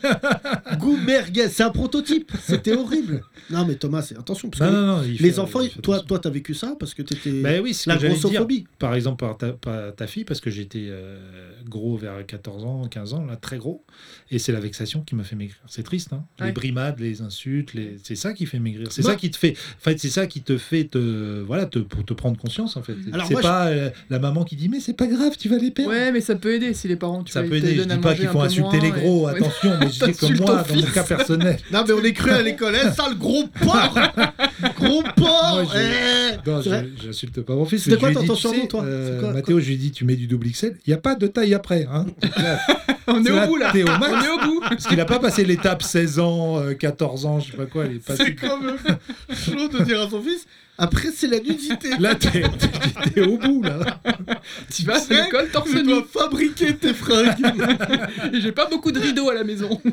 Goût merguez, c'est un prototype. C'était horrible. Non, mais Thomas, c'est attention, parce Non, que non, non. il les fait- enfants, il fait toi, attention. toi, t'as vécu ça parce que t'étais Ben oui, c'est ce la que j'allais dire. grossophobie. Par exemple, par ta, par ta fille, parce que j'étais euh, gros vers quatorze ans, quinze ans, là, très gros. Et c'est la vexation qui m'a fait maigrir. C'est triste, hein. Ouais. Les brimades, les insultes, les... c'est ça qui fait maigrir. C'est Moi- ça qui te fait. En fait, c'est ça qui te fait te. Voilà, te... pour te prendre conscience, en fait. Alors c'est moi, pas euh, la maman qui dit, mais c'est pas grave, tu vas les perdre. Ouais, mais ça peut aider si les parents, tu Ça vois, peut ils te aider. Je donnent à dis pas manger qu'il un faut peu insulter moins, les et- gros, Ouais. attention, mais je dis que T'insultes moi, ton dans mon fils. cas personnel. Non, mais on est cru à l'école, hein, ça, le gros porc Gros porc Moi, je- eh Non, C'est vrai je- j'insulte pas mon fils. C'était mais quoi je lui ton ai dit, ton tu surnom, sais, toi euh, C'est quoi, Mathéo, je lui ai dit, tu mets du double X L. Il n'y a pas de taille après. Hein. On est C'est au là, bout là. t'es au max. On est au bout. Parce qu'il n'a pas passé l'étape seize ans, euh, quatorze ans, je sais pas quoi. Il est passé... C'est quand même chaud de dire à son fils, après c'est la nudité. Là, t'es, t'es- t'es au bout, là. Tu vas à l'école torse Tu nu. dois fabriquer tes fringues. Et j'ai pas beaucoup de rideaux à la maison.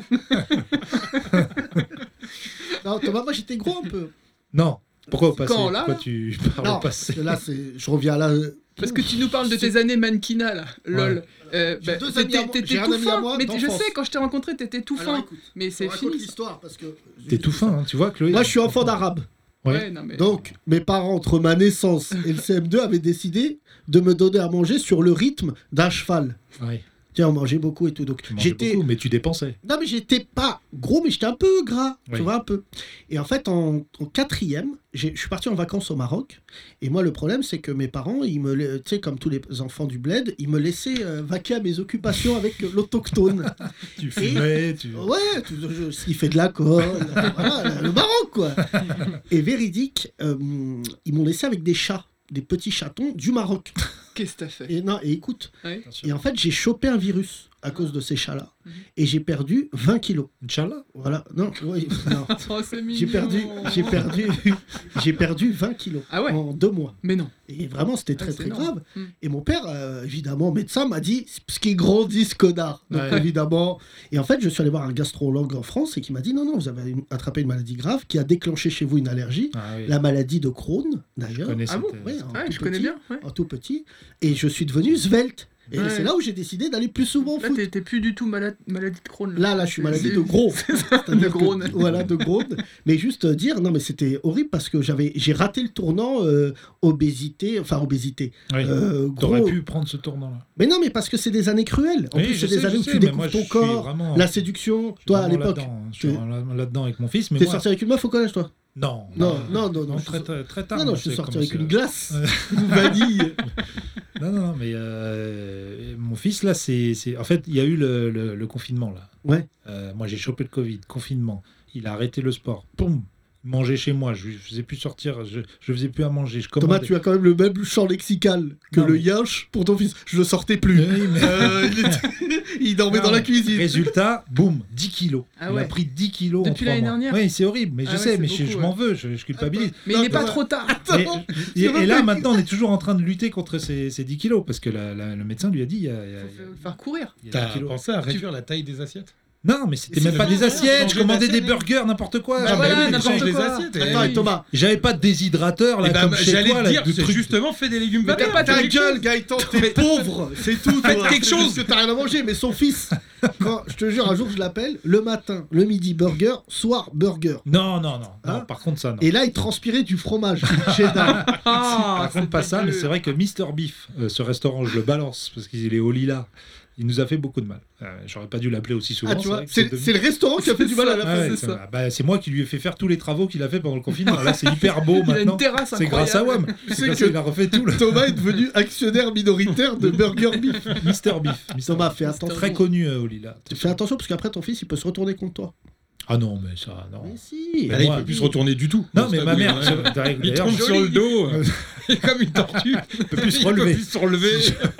Non, Thomas, moi j'étais gros un peu. Non. Pourquoi au passé Quand, là, Pourquoi là tu parles Non, au passé parce que là, c'est... je reviens là. euh, Parce que tu nous parles de tes années mannequinat là, lol. Euh, J'ai bah, deux amis t'étais à moi- t'étais j'ai un tout ami à fin. moi Mais je d'enfance. sais, quand je t'ai rencontré, t'étais tout Alors, fin. écoute, Mais c'est on raconte fini. l'histoire parce que. T'es tout fin, hein, tu vois, Chloé. Moi, je suis enfant d'arabe. Ouais. Ouais, non mais. Donc, mes parents, entre ma naissance et le C M deux, avaient décidé de me donner à manger sur le rythme d'un cheval. Ouais. Tu sais, on mangeait beaucoup et tout. Donc, Tu mangeais j'étais. beaucoup, mais tu dépensais. Non, mais j'étais pas gros, mais j'étais un peu gras. Oui. Tu vois, un peu. Et en fait, en, en quatrième, j'ai- je suis parti en vacances au Maroc. Et moi, le problème, c'est que mes parents, ils me, la- tu sais, comme tous les enfants du bled, ils me laissaient euh, vaquer à mes occupations avec euh, l'autochtone. Tu fumais, tu... Ouais, tout, je, il fait de la colle, voilà, le Maroc, quoi. Et véridique, euh, ils m'ont laissé avec des chats, des petits chatons du Maroc. Qu'est-ce que t'as fait? Et non, et écoute, Ouais. Bien sûr. et en fait, j'ai chopé un virus à cause de ces chats-là. Mhm. Et j'ai perdu vingt kilos. Inch'Allah. Voilà, non, oui, non. Oh, c'est mignon. J'ai perdu, j'ai perdu, j'ai perdu vingt kilos Ah ouais. en deux mois. Mais non. Et vraiment, c'était très Ah, c'est très énorme. grave. Mm. Et mon père, euh, évidemment, médecin, m'a dit ce qui grandit, ce connard. Donc Ouais. évidemment. Et en fait, je suis allé voir un gastrologue en France et qui m'a dit non, non, vous avez une- attrapé une maladie grave qui a déclenché chez vous une allergie, Ah, oui. la maladie de Crohn, Je d'ailleurs. connais Ah cette- bon Ouais, en Ouais, tout je connais petit, bien. Ouais. En tout petit. Et je suis devenu svelte. Et Ouais. c'est là où j'ai décidé d'aller plus souvent au Là, foot. t'es t'es plus du tout malade, maladie de Crohn. Là, là, je suis C'est- maladie c'est- de gros. De Crohn. Voilà, de Crohn. Mais juste euh, dire, non, mais c'était horrible parce que j'avais, j'ai raté le tournant euh, obésité, enfin obésité. Oui. Euh, T'aurais gros. pu prendre ce tournant-là. Mais non, mais parce que c'est des années cruelles. En Oui, plus, je c'est sais, des je années où sais, tu mais découvres moi, ton je suis corps, vraiment- la séduction. Je suis Toi, à vraiment l'époque, là-dedans, hein. Je tu- suis là- là-dedans avec mon fils, mais t'es moi... sorti avec une meuf au collège, toi? Non, Non, non, non, non, je très, suis- très, très tard. Non, non, moi, je suis j'ai sorti avec commencé une à- glace, une vanille. Non, non, non, mais euh, mon fils, là, c'est... c'est- En fait, il y a eu le, le- le confinement, là. Ouais. Euh, moi, j'ai chopé le Covid, confinement. Il a arrêté le sport. Poum, manger chez moi. Je ne faisais plus sortir. Je ne faisais plus à manger. Je Thomas, commandais. tu as quand même le même champ lexical que Non, le mais- yinche pour ton fils. Je ne sortais plus. Oui, mais- Euh, il, était- il dormait Non, dans la mais cuisine. Résultat, boum, dix kilos. Ah il ouais. a pris dix kilos Depuis en trois l'année mois. dernière. Oui, c'est horrible, mais Ah je ouais, sais, c'est mais je, beaucoup, je ouais. m'en veux, je, je culpabilise. Mais Non, il n'est pas Thomas- trop tard. Mais- et, C'est vrai. et là, maintenant, on est toujours en train de lutter contre ces, ces dix kilos, parce que la- la- le médecin lui a dit, il y a, il y a- Faut faire courir. il y a dix T'as kilos. pensé à réduire la taille des assiettes? Non, mais c'était Et même c'est pas le des assiettes, changer je commandais des d'assiette. burgers, n'importe quoi. Bah J'avais voilà, pas eu- n'importe j'avais- quoi. les assiettes. Et- Attends, et Thomas, J'avais pas de déshydrateur là, Eh ben, comme chez j'allais toi, te là, dire, de c'est trucs. justement fait des légumes Mais t'as vapeur. pas ta quelque gueule, chose. Gaëtan, t'es pauvre, c'est tout. Faites toi. quelque chose. Parce que t'as rien à manger, mais son fils, quand, je te jure, un jour je l'appelle, le matin, le midi burger, soir burger. Non, non, non, non, Hein par contre ça non. Et là, il transpirait du fromage cheddar. Ah, Par contre pas ça, mais c'est vrai que mister Beef, euh, ce restaurant, je le balance parce qu'il est au Lila. Il nous a fait beaucoup de mal. Euh, J'aurais pas dû l'appeler aussi souvent. Ah, tu vois, vrai que c'est devenu- c'est le restaurant qui a fait du mal à la Ah fin. ouais, c'est ça ça. va. Bah, c'est moi qui lui ai fait faire tous les travaux qu'il a fait pendant le confinement. Là, c'est hyper beau Il a maintenant. une terrasse C'est grâce à incroyable. WAM. Tu sais C'est grâce que- à- Il a refait tout le Thomas est devenu actionnaire minoritaire de Burger Beef. mister Beef. Mister Thomas, Beef. fais attention. Très connu euh, au Lila. Fais attention parce qu'après ton fils il peut se retourner contre toi. Ah non, mais ça, non. Mais si. Mais Là, il moi- peut plus se retourner du tout. Non, mais ma mère, Ouais. c'est- d'ailleurs, Il tombe joli. sur le dos, euh, il est comme une tortue. Il peut plus se Il relever. peut plus se relever.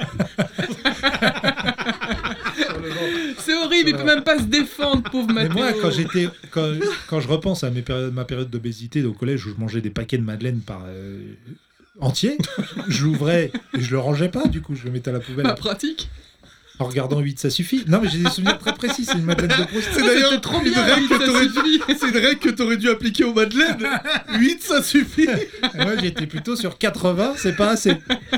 C'est horrible, il peut même pas se défendre, pauvre Mais Mathéo. moi, quand j'étais, quand, quand je repense à mes périodes, ma période d'obésité au collège où je mangeais des paquets de madeleine par euh, entier, je l'ouvrais et je le rangeais pas. Du coup, je le mettais à la poubelle Pas pratique. en regardant huit, ça suffit. Non, mais j'ai des souvenirs très précis. C'est une madeleine de Proust. C'est d'ailleurs C'était trop une bien, règle ça que t'aurais suffit. dû- c'est une règle que t'aurais dû appliquer aux madeleines. huit ça suffit. Moi, j'étais plutôt sur quatre-vingts, c'est pas assez.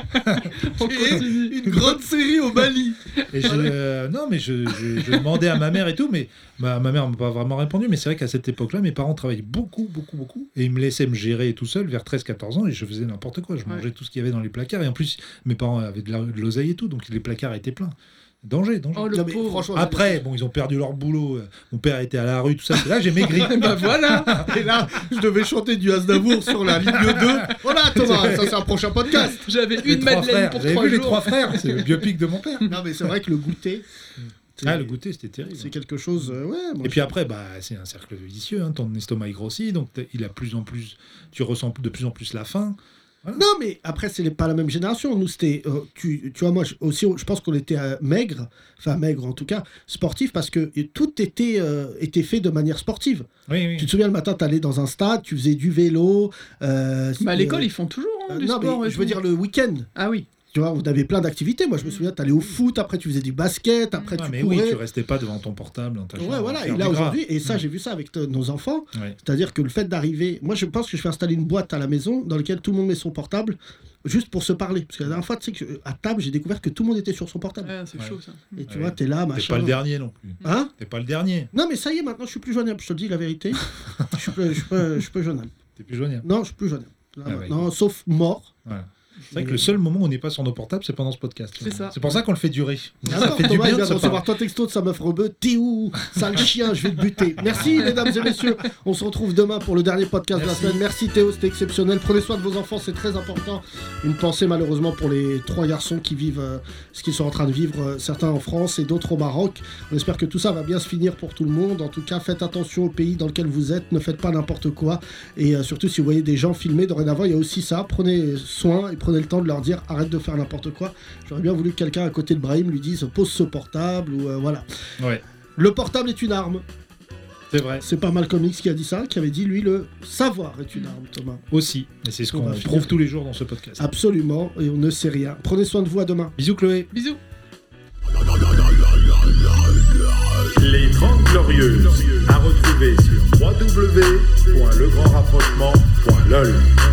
On Et continue. une grande série au Mali. Et je, euh, non, mais je, je- je demandais à ma mère et tout, mais ma, ma mère m'a pas vraiment répondu. Mais c'est vrai qu'à cette époque-là, mes parents travaillaient beaucoup, beaucoup, beaucoup. Et ils me laissaient me gérer tout seul vers treize quatorze ans et je faisais n'importe quoi. Je Ouais. mangeais tout ce qu'il y avait dans les placards. Et en plus, mes parents avaient de la- de l'oseille et tout, donc les placards étaient pleins. Danger, danger. Oh, le Non, mais pauvre. franchement, Après, bon, ils ont perdu leur boulot. euh, Mon père était à la rue, tout ça. Et là, j'ai maigri. Bah voilà. Et là, je devais chanter du Aznavour sur la ligne deux. Voilà, Thomas, ça c'est un prochain podcast. J'avais Les une trois madeleine frères. pour J'avais trois vu les jours. trois frères. C'est le biopic de mon père. Non, mais c'est vrai que le goûter. c'est- Ah, le goûter, c'était terrible. C'est quelque chose. euh, ouais. moi, Et puis après, bah, c'est un cercle vicieux. Hein. Ton estomac il grossit, donc t'as- il a plus en plus, tu ressens de plus en plus la faim. Non, mais après, c'est les- pas la même génération. Nous, c'était. euh, tu, tu vois, moi je- aussi, je pense qu'on était euh, maigre, enfin maigre en tout cas, sportif, parce que tout était, euh, était fait de manière sportive. Oui, oui. Tu te souviens, le matin, tu allais dans un stade, tu faisais du vélo. Euh, Bah à l'école, euh, ils font toujours hein, euh, du non, sport. mais et je veux tout. dire le week-end. Ah oui. Tu vois, on avait plein d'activités. Moi, je me souviens, tu allais au foot, après tu faisais du basket, après Ah, tu mais courais. oui, tu restais pas devant ton portable dans ta chambre. Ouais, à voilà. faire Et là, du gras. aujourd'hui, et ça, Mm. j'ai vu ça avec t- nos enfants. Ouais. C'est-à-dire que le fait d'arriver. Moi, je pense que je vais installer une boîte à la maison dans laquelle tout le monde met son portable, juste pour se parler. Parce que la dernière fois, tu sais, que, à table, j'ai découvert que tout le monde était sur son portable. Ouais, c'est Ouais. chaud ça. Et tu Ouais. vois, t'es là, T'es machin. pas le dernier non plus. Hein T'es pas le dernier. Non, mais ça y est, maintenant, je suis plus joignable. Je te dis la vérité. je suis plus, je suis plus- je suis plus joignable. T'es plus joignable. Non, je suis plus joignable. Là, Ah ouais. maintenant, sauf mort. Voilà. C'est vrai que le seul moment où on n'est pas sur nos portables, c'est pendant ce podcast. C'est ça. C'est pour ça qu'on le fait durer. ça Alors, fait du Thomas, il bien vient de de se recevoir parler. ton texto de sa meuf rebeu. T'es où, sale chien, je vais te buter. Merci, mesdames et messieurs. On se retrouve demain pour le dernier podcast Merci. de la semaine. Merci Théo, c'était exceptionnel. Prenez soin de vos enfants, c'est très important. Une pensée malheureusement pour les trois garçons qui vivent euh, ce qu'ils sont en train de vivre, euh, certains en France et d'autres au Maroc. On espère que tout ça va bien se finir pour tout le monde. En tout cas, faites attention au pays dans lequel vous êtes. Ne faites pas n'importe quoi. Et euh, surtout, si vous voyez des gens filmer dorénavant, il y a aussi ça. Prenez soin et prenez le temps de leur dire arrête de faire n'importe quoi. J'aurais bien voulu que quelqu'un à côté de Brahim lui dise pose ce portable ou euh, voilà. Ouais, Le portable est une arme. c'est vrai. C'est pas Malcolm X qui a dit ça, qui avait dit lui le savoir est une arme, Thomas. Aussi. Et c'est ce On qu'on va finir. prouve tous les jours dans ce podcast. Absolument, et on ne sait rien. Prenez soin de vous, à demain. Bisous Chloé. Bisous. Les trente Glorieuses, à retrouver sur w w w point le grand rapprochement point l o l.